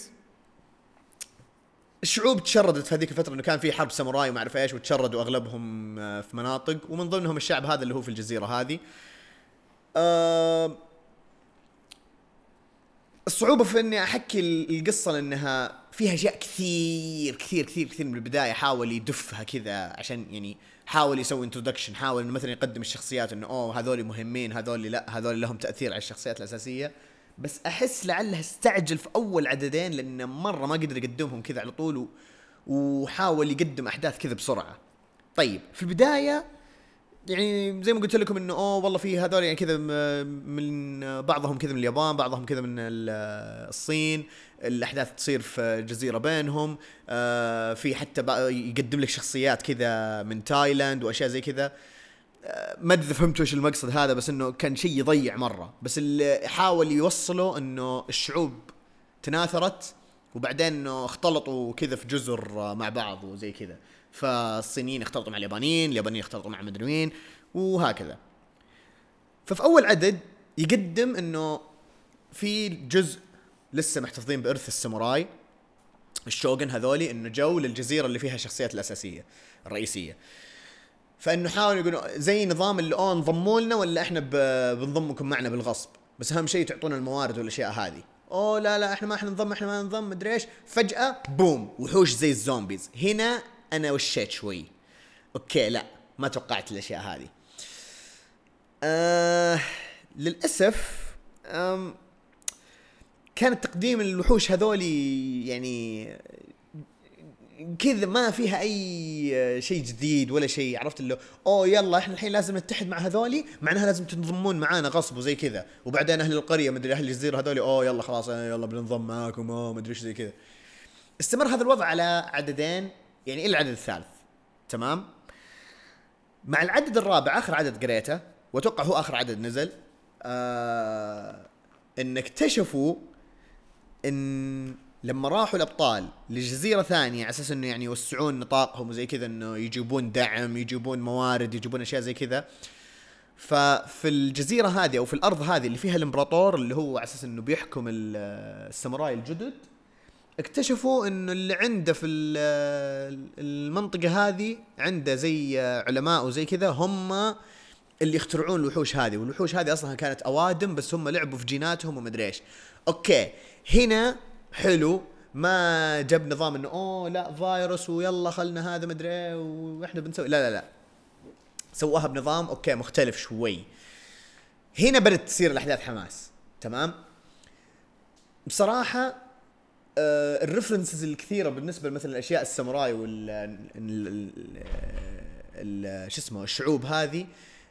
الشعوب تشردت في هذيك الفترة انه كان في حرب ساموراي وما اعرف ايش، وتشردوا اغلبهم في مناطق، ومن ضمنهم الشعب هذا اللي هو في الجزيرة هذه. الصعوبة في اني احكي القصة لانها فيها اشياء كثير كثير كثير كثير من البداية، حاول يدفها كذا عشان يعني حاول يسوي انترودكشن، حاول انه مثلا يقدم الشخصيات انه هذول مهمين، هذول لا، هذول لهم تأثير على الشخصيات الأساسية. بس احس لعله استعجل في اول عددين لانه مرة ما قدر يقدمهم كذا على طول، وحاول يقدم احداث كذا بسرعة. طيب في البداية يعني زي ما قلت لكم انه والله في هذول يعني كذا من بعضهم كذا من اليابان، بعضهم كذا من الصين، الاحداث تصير في جزيره بينهم. في حتى يقدم لك شخصيات كذا من تايلاند واشياء زي كذا. ما ادري فهمتوا ايش المقصد هذا، بس انه كان شيء يضيع مره. بس اللي حاول يوصله انه الشعوب تناثرت وبعدين انه اختلطوا كذا في جزر مع بعض وزي كذا. فالصينيين اختلطوا مع اليابانيين، اليابانيين اختلطوا مع مدري مين، وهكذا. ففي اول عدد يقدم انه في جزء لسه محتفظين بإرث الساموراي الشوغن هذولي، انه جو للجزيره اللي فيها الشخصيات الاساسيه الرئيسيه، فانه حاولوا يقولوا زي نظام اللي انضموا لنا ولا احنا بنضمكم معنا بالغصب، بس اهم شيء تعطونا الموارد والاشياء هذه. لا احنا ما ننضم، احنا ما ننضم مدري ايش. فجاه بوم وحوش زي الزومبيز. هنا انا وشيت شوي، اوكي لا ما توقعت الاشياء هذه. للاسف كان تقديم الوحوش هذولي يعني كذا ما فيها اي شيء جديد ولا شيء. عرفت اللي يلا احنا الحين لازم نتحد مع هذولي، معناها لازم تنضمون معانا غصب وزي كذا، وبعدين اهل القريه مدري اهل الجزيره هذولي يلا خلاص يلا بننضم معاكم مدري ايش زي كذا. استمر هذا الوضع على عددين يعني الى العدد الثالث. تمام. مع العدد الرابع اخر عدد قريته واتوقع هو اخر عدد نزل، ان اكتشفوا ان لما راحوا الابطال لجزيره ثانيه على اساس انه يعني يوسعون نطاقهم وزي كذا، انه يجيبون دعم، يجيبون موارد، يجيبون اشياء زي كذا. ففي الجزيره هذه او في الارض هذه اللي فيها الامبراطور اللي هو على اساس انه بيحكم الساموراي الجدد، اكتشفوا انه اللي عنده في المنطقه هذه عنده زي علماء وزي كذا، هم اللي يخترعون الوحوش هذه. والوحوش هذه اصلا كانت اوادم بس هم لعبوا في جيناتهم ومدري ايش. اوكي هنا حلو، ما جاب نظام انه لا فيروس ويلا خلنا هذا مدري ايه واحنا بنسوي، لا سووها بنظام اوكي مختلف شوي. هنا بدت تصير الاحداث حماس. تمام. بصراحه الريفرنسز الكثيره بالنسبه مثلا الاشياء الساموراي شو اسمه الشعوب هذه،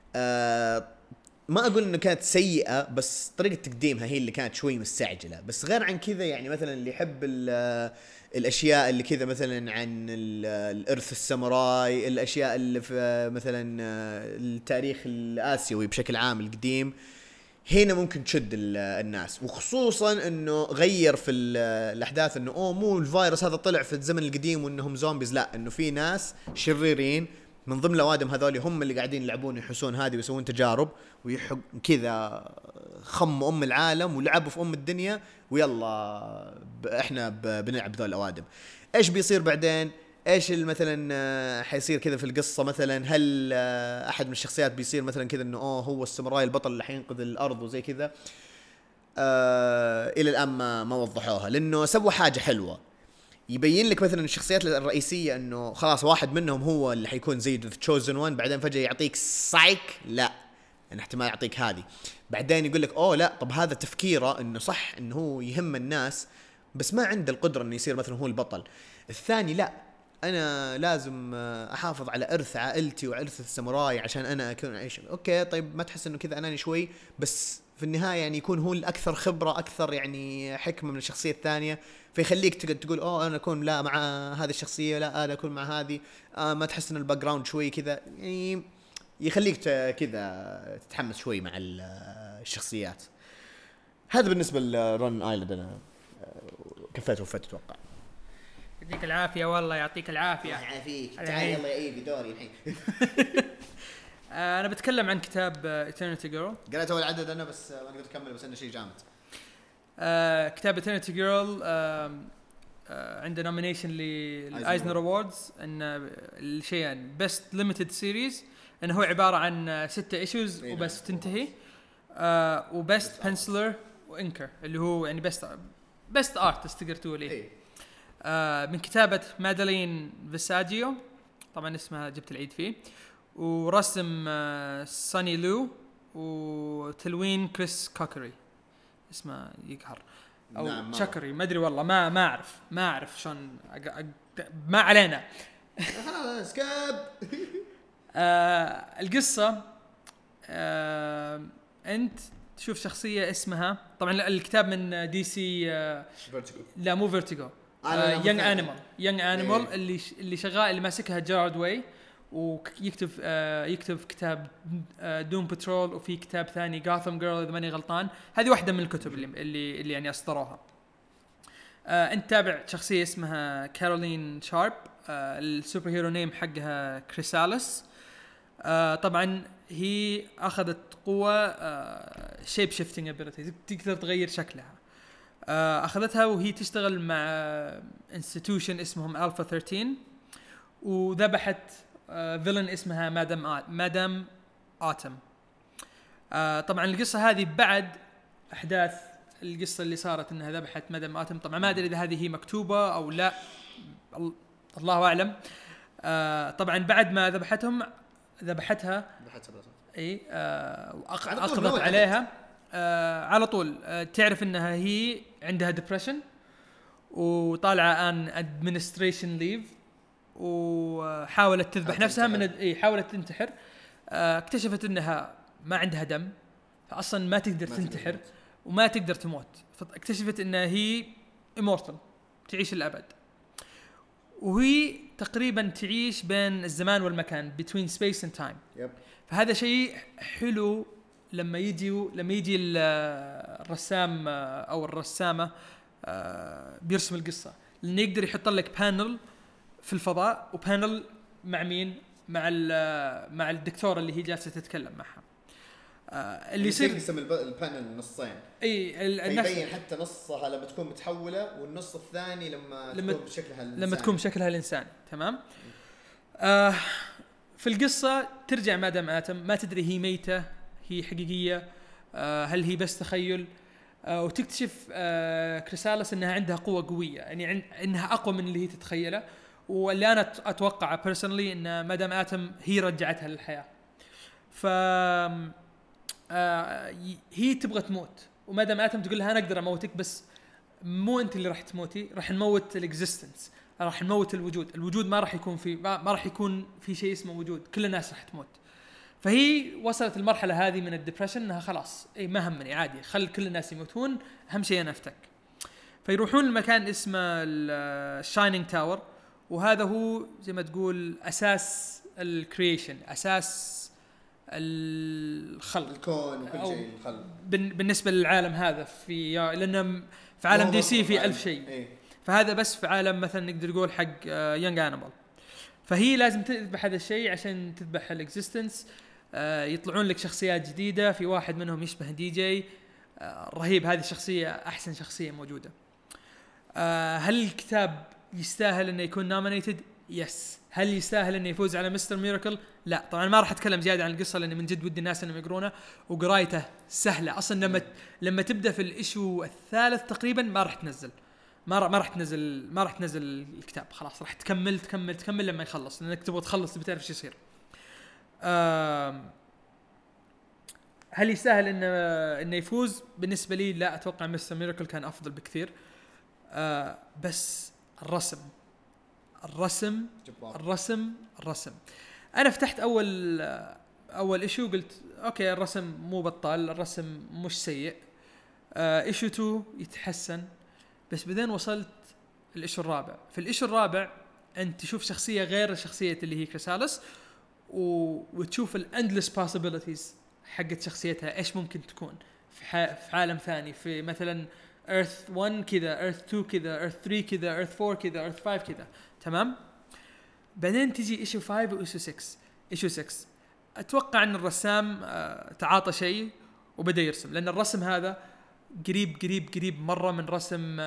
ما اقول انه كانت سيئه، بس طريقه تقديمها هي اللي كانت شوي مستعجله. بس غير عن كذا يعني مثلا اللي يحب الاشياء اللي كذا مثلا عن الارث الساموراي، الاشياء اللي في مثلا التاريخ الاسيوي بشكل عام القديم، هنا ممكن تشد الناس. وخصوصا انه غير في الاحداث انه مو الفيروس هذا طلع في الزمن القديم وانهم زومبيز، لا انه في ناس شريرين من ضمن الاوادم هذول هم اللي قاعدين يلعبون يحسون هذه ويسوون تجارب ويحق كذا، خموا العالم ولعبوا في الدنيا، ويلا احنا بنلعب ذول الاوادم. ايش بيصير بعدين؟ ايش مثلا حيصير كذا في القصه؟ مثلا هل احد من الشخصيات بيصير مثلا كذا انه هو الساموراي البطل اللي حينقذ الارض وزي كذا؟ الى الان ما وضحوها، لانه سووا حاجه حلوه يبين لك مثلا الشخصيات الرئيسيه انه خلاص واحد منهم هو اللي حيكون زي ذا تشوزن وان، بعدين فجاه يعطيك سايك لا ان احتمال يعطيك هذه، بعدين يقول لك لا طب هذا تفكيره انه صح انه هو يهم الناس بس ما عنده القدره انه يصير مثلا هو البطل. الثاني لا انا لازم احافظ على ارث عائلتي وارث الساموراي عشان انا اكون ايش. اوكي طيب ما تحس انه كذا اناني شوي؟ بس في النهايه يعني يكون هو الاكثر خبره، اكثر يعني حكمه من الشخصيه الثانيه، فيخليك تقول انا اكون لا مع هذه الشخصيه، لا انا اكون مع هذه. ما تحس ان الباك جراوند شوي كذا يعني يخليك كذا تتحمس شوي مع الشخصيات. هذا بالنسبه لرون ايلاند. انا كفيت وفيت اتوقع. يعطيك العافيه والله يعطيك العافيه. الله يعافيك. تعال يلا يا ايفي دوري الحين. انا بتكلم عن كتاب Eternity Girl. قرأت اول عدد انا بس ما قدرت اكمل، بس انه شيء جامد. كتاب Eternity Girl عنده نومينيشن للآيزنر أووردز، إن الشيئين بيست ليميتد سيريز إنه هو عبارة عن 6 ايشوز وبس تنتهي، وبيست بنسلر وإنكر اللي هو يعني بيست ارتست تقدر تقول ليه. من كتابة مادالين فيساجيو، طبعا اسمها جبت العيد فيه، ورسم ساني لو، وتلوين كريس كوكري اسمه يقهر او نعم شكري ما ادري والله ما اعرف شلون ما علينا. خلاص كاب. القصه انت تشوف شخصيه اسمها، طبعا الكتاب من دي سي لا مو فيرتيجو، يونج انيمال اللي شغال اللي ماسكها جارد واي، ويكتب كتاب دوم بترول، وفي كتاب ثاني غاثم جيرل اذا ماني غلطان. هذه واحده من الكتب اللي يعني اصدروها. انت تابع شخصيه اسمها كارولين شارب، السوبر هيرو نيم حقها كريسالس. طبعا هي اخذت قوه شيب شيفتنج ابيليتي، تقدر تغير شكلها. اخذتها وهي تشتغل مع انستتيوشن اسمهم الفا 13، وذبحت فيلن اسمها مادام آتم. طبعا القصه هذه بعد احداث القصه اللي صارت انها ذبحت مادام آتم. طبعا ما ادري اذا هذه هي مكتوبه او لا، الله اعلم. طبعا بعد ما ذبحتها اي اقضت عليها على طول. تعرف انها هي عندها ديبريشن وطالعه ان ادمنستريشن ليف، وحاولت تذبح نفسها من حاولت تنتحر. اكتشفت انها ما عندها دم، فاصلا ما تقدر تنتحر وما تقدر تموت. فاكتشفت انها هي immortal، تعيش الابد، وهي تقريبا تعيش بين الزمان والمكان between space and time. فهذا شيء حلو لما يجي الرسام او الرسامه بيرسم القصه، لانه يقدر يحط لك بانل في الفضاء وبانل مع مين، مع الدكتوره اللي هي جالسه تتكلم معها. اللي يصير يقسم البانل نصين، يبين حتى نصها لما تكون متحوله والنص الثاني لما تكون بشكلها الانساني. تمام. في القصه ترجع مادام آتم، ما تدري هي ميته هي حقيقيه، هل هي بس تخيل. وتكتشف كريسالس انها عندها قوه قويه، يعني انها اقوى من اللي هي تتخيله. واللي انا اتوقع بيرسونلي ان مادام آتم هي رجعتها للحياه. ف هي تبغى تموت، ومادام آتم تقول لها انا اقدر اموتك، بس مو انت اللي راح تموتي، راح نموت الاكزيستنس، راح نموت الوجود ما راح يكون في شيء اسمه وجود، كل الناس راح تموت. فهي وصلت المرحله هذه من الديبريشن انها خلاص ما همني عادي، خل كل الناس يموتون، اهم شيء انا افتك. فيروحون المكان اسمه الشاينينج تاور، وهذا هو زي ما تقول اساس الكرييشن، اساس الخلق، الكون وكل شيء الخلق بالنسبه للعالم هذا. لان في عالم دي سي في 1000 شيء، فهذا بس في عالم مثلا نقدر نقول حق يونج انيمال. فهي لازم تذبح هذا الشيء عشان تذبح الاكزيستنس. يطلعون لك شخصيات جديده، في واحد منهم يشبه دي جي رهيب، هذه شخصيه احسن شخصيه موجوده. هل الكتاب يستاهل انه يكون نومينيتد؟ يس. هل يستاهل انه يفوز على مستر ميراكل؟ لا. طبعا ما راح اتكلم زياده عن القصه لان من جد ودي الناس انهم يقرونه، وقرايته سهله اصلا. لما تبدا في الإيشو الثالث تقريبا ما راح تنزل الكتاب، خلاص راح تكمل لما يخلص، لانك تبغى تخلص بتعرف شو يصير. هل يستاهل انه يفوز؟ بالنسبه لي لا، اتوقع مستر ميراكل كان افضل بكثير. بس الرسم انا فتحت اول إيشو قلت اوكي الرسم مو بطال، الرسم مش سيء. إيشو 2 يتحسن، بس بعدين وصلت الإيشو الرابع. في الإيشو الرابع انت تشوف شخصيه غير شخصيه اللي هي كريسالس، وتشوف الاندلس possibilities حقت شخصيتها ايش ممكن تكون في عالم ثاني، في مثلا Earth 1 كذا، Earth 2 كذا، Earth 3 كذا، Earth 4 كذا، Earth 5 كذا. تمام. بعدين تجي إيشو 5 وإيشو 6. إيشو 6 أتوقع أن الرسام تعاطى شيء وبدأ يرسم، لأن الرسم هذا قريب مرة من رسم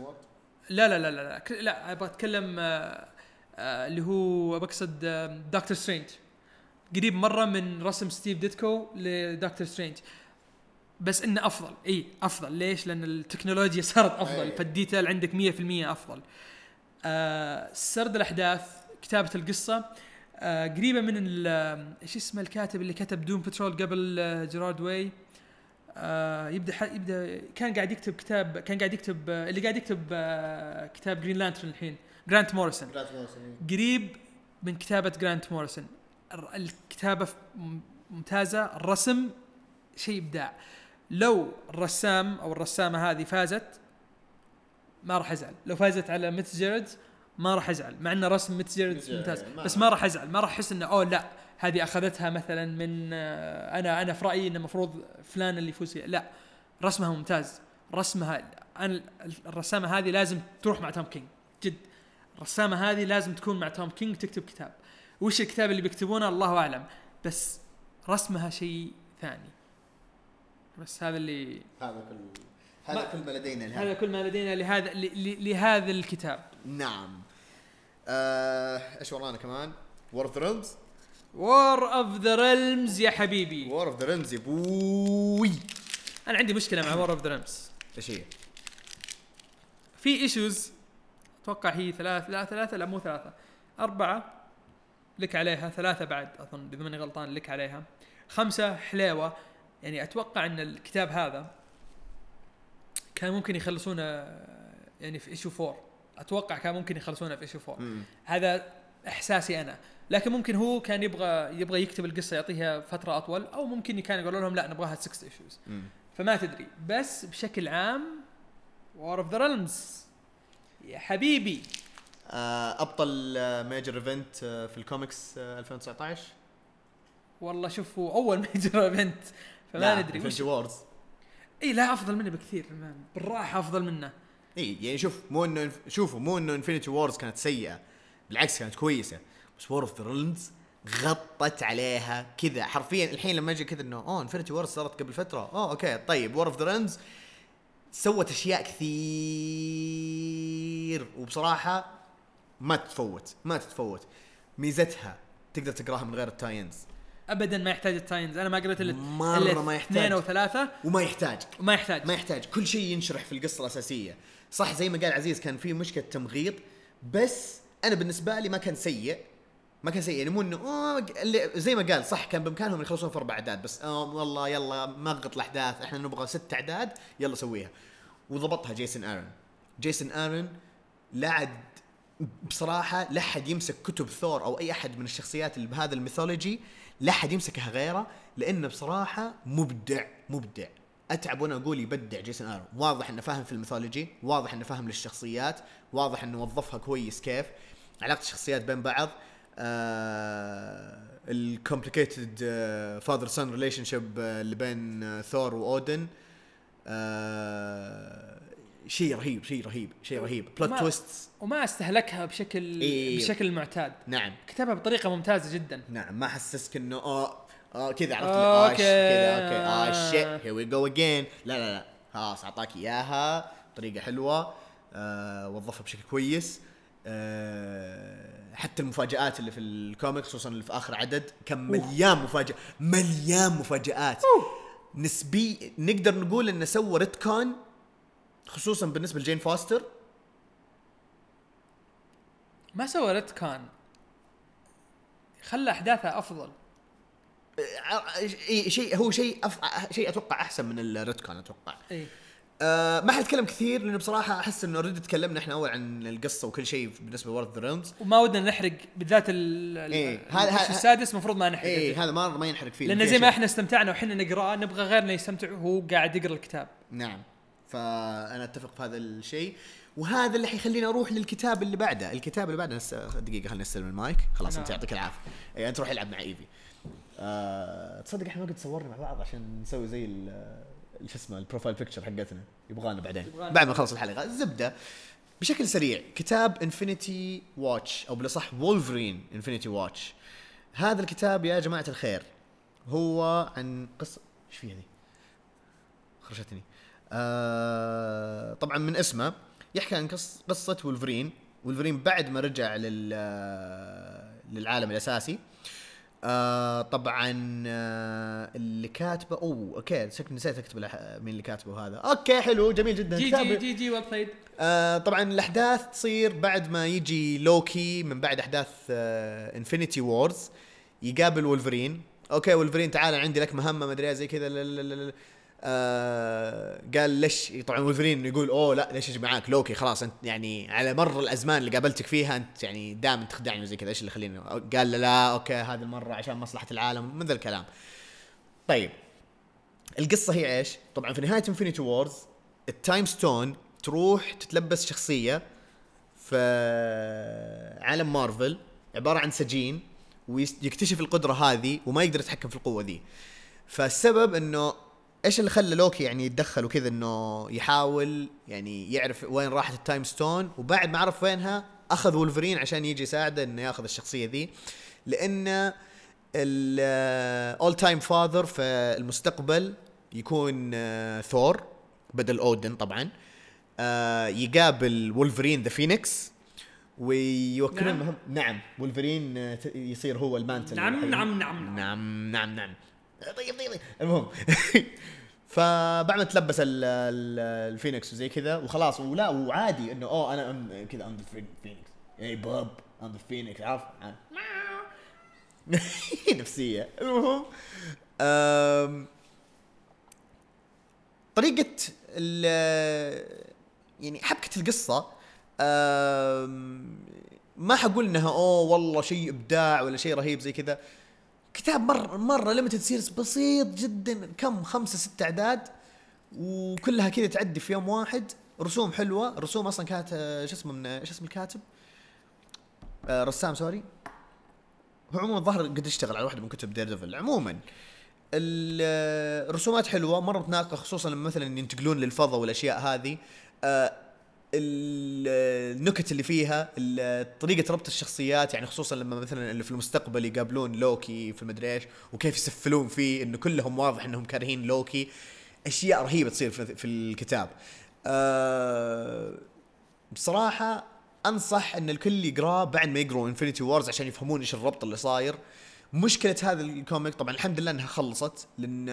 لا أبغى أتكلم اللي هو بقصد دكتور سترينج، قريب مرة من رسم ستيف ديتكو لدكتور سترينج، بس إنه أفضل. ليش؟ لأن التكنولوجيا صارت أفضل، فالديتيل عندك 100% أفضل. سرد الأحداث، كتابة القصة قريبة من إيش اسمه الكاتب اللي كتب دوم بترول قبل جيرارد واي. يبدأ كان قاعد يكتب كتاب جرين لانترن الحين، جرانت موريسون. قريب من كتابة جرانت موريسون. الكتابة ممتازة، الرسم شيء إبداع. لو الرسام أو الرسامة هذه فازت ما راح أزعل، لو فازت على ميت جيرد ما راح أزعل، مع أن رسم ميت جيرد ممتاز، بس ما راح أزعل، ما راح أحس إنه لا هذه أخذتها مثلا من أنا في رأيي إنه مفروض فلان اللي يفوز فيها. لا، رسمها ممتاز، الرسامة هذه لازم تروح مع توم كينج جد. الرسامة هذه لازم تكون مع توم كينج تكتب كتاب. وش الكتاب اللي بيكتبونه الله أعلم، بس رسمها شيء ثاني. بس هذا اللي هذا كل ما لدينا هذا كل ما لدينا لهذا الكتاب. نعم. ايش ورانا كمان؟ War of the Realms. War of the Realms يا حبيبي. War of the Realms يا بوي. أنا عندي مشكلة مع War of the Realms. ايش هي؟ في ايشوز اتوقع هي 3 لا مو 3 4 لك عليها 3 بعد اظن اذا ماني غلطان لك عليها 5 حليوه. يعني اتوقع ان الكتاب هذا كان ممكن يخلصونه يعني في ايشو 4. اتوقع كان ممكن يخلصونه في ايشو 4. هذا احساسي انا، لكن ممكن هو كان يبغى يكتب القصه يعطيها فتره اطول، او ممكن كان يقولوا لهم لا نبغاها 6 ايشوز. فما تدري، بس بشكل عام War of the Realms يا حبيبي. ابطل ميجر ايفنت في الكوميكس 2019. والله شوفوا اول ميجر ايفنت، فما ندري وش وورز. اي لا افضل منه بكثير، بالراحه افضل منه. اي يعني مو انه انفينيتي وورز كانت سيئه، بالعكس كانت كويسه، بس وور اوف ذا ريلمز غطت عليها كذا حرفيا. الحين لما اجي كذا انه انفينيتي وورز صارت قبل فتره، اوكي طيب وور اوف ذا ريلمز سوت اشياء كثير، وبصراحه ما تتفوت. ميزتها تقدر تقراها من غير التاينز ابدا، ما يحتاج التاينز. انا ما قريت الا ما يحتاج 2 أو 3 وما يحتاج ما يحتاج كل شيء ينشرح في القصه الاساسيه. صح زي ما قال عزيز كان فيه مشكله تمغيط، بس انا بالنسبه لي ما كان سيء يعني مو انه زي ما قال صح كان بامكانهم يخلصون في 4 اعداد بس والله يلا مغط الاحداث احنا نبغى 6 اعداد يلا سويها. وضبطها جيسون آرون لا عاد بصراحه لا حد يمسك كتب ثور او اي احد من الشخصيات اللي بهذا الميثولوجي لا حد يمسكها غيره، لانه بصراحه مبدع. اتعب وانا اقول يبدع جيسون آرون. واضح انه فاهم في الميثولوجي، واضح انه فاهم للشخصيات، واضح انه وظفها كويس كيف علاقه الشخصيات بين بعض. الكومبليكيتد فاذر سون ريليشن شيب اللي بين ثور واودن شيء رهيب بلوت تويستس، وما استهلكها بشكل معتاد. نعم كتبها بطريقه ممتازه جدا. نعم ما حسسك انه كذا عرفت كذا اوكي شيت هير وي جو اجين. لا خلاص اعطاك اياها بطريقه حلوه، وظفها بشكل كويس. حتى المفاجآت اللي في الكوميك خصوصا اللي في اخر عدد كان مليان مفاجآت نسبي. نقدر نقول انه سوى ريتكون خصوصا بالنسبه لجين فاستر. ما سوى ريتكون، خلى احداثها افضل. شيء اتوقع احسن من الريتكون اتوقع. اي ما حنتكلم كثير لانه بصراحه احس انه اوريدي تكلمنا احنا اول عن القصه وكل شيء بالنسبه لورد ذا ريلمز، وما ودنا نحرق بالذات هذا السادس مفروض ما نحرق. هذا ما ينحرق فيه لان زي ما احنا استمتعنا وحنا نقراه نبغى غيرنا يستمتع وهو قاعد يقرا الكتاب. نعم فانا اتفق في هذا الشيء، وهذا اللي حيخلينا اروح للكتاب اللي بعده. دقيقه خلينا نستلم المايك. خلاص انت يعطيك العافيه. انت روح العب مع ايفي. تصدق احنا ما قد صورنا مع بعض عشان نسوي زي شو اسمه البروفايل بيكتشر حقتنا، يبغانا بعدين بعد ما نخلص الحلقه. الزبده بشكل سريع كتاب انفينيتي واتش او بالاصح وولفرين انفينيتي واتش. هذا الكتاب يا جماعه الخير هو عن قصه ايش فيها دي خرجتني. طبعا من اسمه يحكي عن قصه وولفرين بعد ما رجع للعالم الاساسي. طبعا اللي كاتبه اوكي نسيت اكتب مين اللي كاتبه هذا. اوكي حلو جميل جدا. جي ويل بلايد. طبعا الاحداث تصير بعد ما يجي لوكي من بعد احداث انفينيتي وورز، يقابل وولفرين. اوكي وولفرين تعال عندي لك مهمه ما ادري زي كذا. قال ليش؟ طبعا وولفرين يقول لا ليش اجي معاك لوكي؟ خلاص انت يعني على مر الازمان اللي قابلتك فيها انت يعني دائما تخدعني وزي كذا، ايش اللي خليني؟ قال لا اوكي هذه المره عشان مصلحه العالم من ذا الكلام. طيب القصه هي ايش؟ طبعا في نهايه انفينيتي وورز التايم ستون تروح تتلبس شخصيه في عالم مارفل عباره عن سجين، ويكتشف القدره هذه وما يقدر يتحكم في القوه ذي. فالسبب انه ايش اللي خلى لوكي يعني يتدخل وكذا، انه يحاول يعني يعرف وين راحت التايم ستون، وبعد ما عرف وينها اخذ وولفرين عشان يجي يساعده انه ياخذ الشخصيه ذي، لان الاول تايم فاذر في المستقبل يكون ثور بدل اودن طبعا. يقابل وولفرين ذا فينيكس ويوكل المهام. نعم وولفرين يصير هو المانتل. نعم. طيب المهم فبعد ما تلبس الفينيكس وزي كذا وخلاص، ولا وعادي انه انا كذا ام ذا فينيكس، اي باب ام ذا فينيكس، عارف نفسيه. المهم طريقه يعني حبكه القصه ما حقول انها والله شيء ابداع ولا شيء رهيب زي كذا. كتاب مرة ليميتد سيريز بسيط جدا، كم 5-6 أعداد وكلها كذا تعدي في يوم واحد. رسوم حلوة، رسوم أصلا كانت شو اسم الكاتب، رسام سوري. هو عموما الظاهر قد اشتغل على واحدة من كتب ديردفل. عموما الرسومات حلوة مرة متناقضة، خصوصا لما مثلا ينتقلون للفضاء والأشياء هذه. النكت اللي فيها، طريقة ربط الشخصيات، يعني خصوصا لما مثلا اللي في المستقبل يقابلون لوكي في المدري ايش وكيف يسفلون فيه انه كلهم واضح انهم كارهين لوكي. اشياء رهيبة تصير في الكتاب. بصراحة انصح ان الكل يقراه بعد ما يقروا انفينيتي وارز عشان يفهمون ايش الربط اللي صاير. مشكلة هذا الكوميك طبعا الحمد لله انها خلصت، لان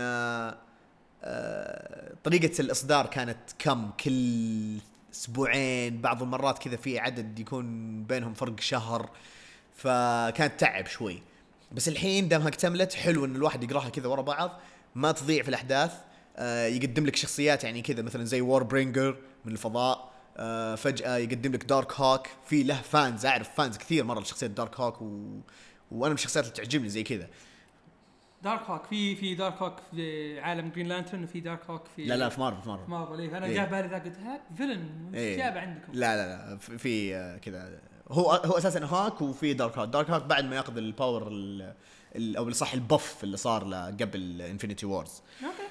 طريقة الاصدار كانت كل اسبوعين، بعض المرات كذا في عدد يكون بينهم فرق شهر، فكانت تعب شوي. بس الحين دامها اكتملت حلو ان الواحد يقراها كذا ورا بعض، ما تضيع في الاحداث. يقدم لك شخصيات يعني كذا مثلا زي وور برينجر من الفضاء، فجأة يقدم لك دارك هوك. في له فانز، اعرف فانز كثير مرة لشخصية دارك هوك وانا من الشخصيات اللي تعجبني زي كذا. دارك هوك في دارك هوك في عالم جرين لانترن، وفي دارك هوك في لا في مارفل انا جاء بالي ذا، قلت هاك فيلن جابه عندكم. لا في كذا. هو اساسا هاك، وفي دارك هوك بعد ما ياخذ الباور او صح البف اللي صار له قبل انفينيتي وارز.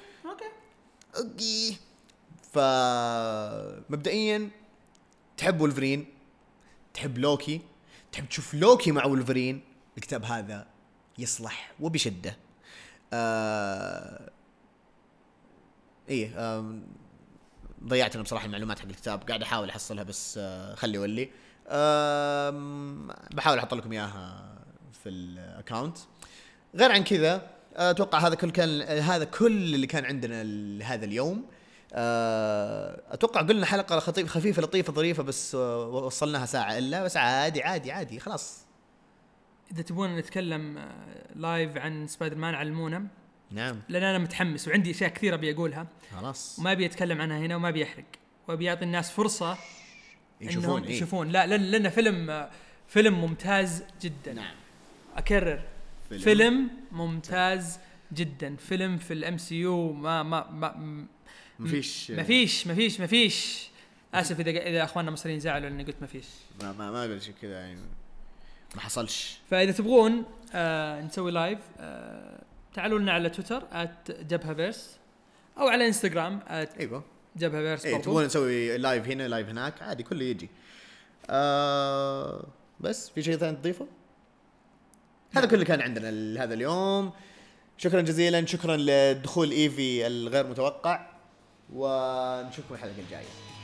اوكي فمبدئيا تحب وولفرين، تحب لوكي، تحب تشوف لوكي مع وولفرين، الكتاب هذا يصلح وبشدة. ضيعت انا بصراحة المعلومات حق الكتاب، قاعد احاول احصلها بس خلي ولي بحاول احط لكم اياها في الاكاونت. غير عن كذا اتوقع هذا كل اللي كان عندنا هذا اليوم. اتوقع قلنا حلقة خفيفة لطيفة ظريفة، بس وصلناها ساعة الا، بس عادي خلاص. اذا تبون نتكلم لايف عن سبايدر مان علمونا. نعم، لان انا متحمس وعندي اشياء كثيره ابي اقولها، خلاص وما ابي اتكلم عنها هنا وما ابي احرق، وابي اعطي الناس فرصه يشوفون. لا لان فيلم ممتاز جدا. نعم اكرر، فيلم ممتاز جدا. فيلم في الام سي يو ما فيش. اسف اذا اخواننا المصريين زعلوا لاني قلت ما فيش. ما اقول شيء كذا يعني، ما حصلش. فاذا تبغون نسوي لايف، تعالوا لنا على تويتر @جبهافيرس، او على انستغرام ايوه جبهافيرس. تبغون نسوي لايف هنا لايف هناك، عادي كله يجي. بس في شيء ثاني تضيفه؟ هذا كله كان عندنا هذا اليوم. شكرا جزيلا، شكرا لدخول ايفي الغير متوقع، ونشوفكم الحلقة الجاية.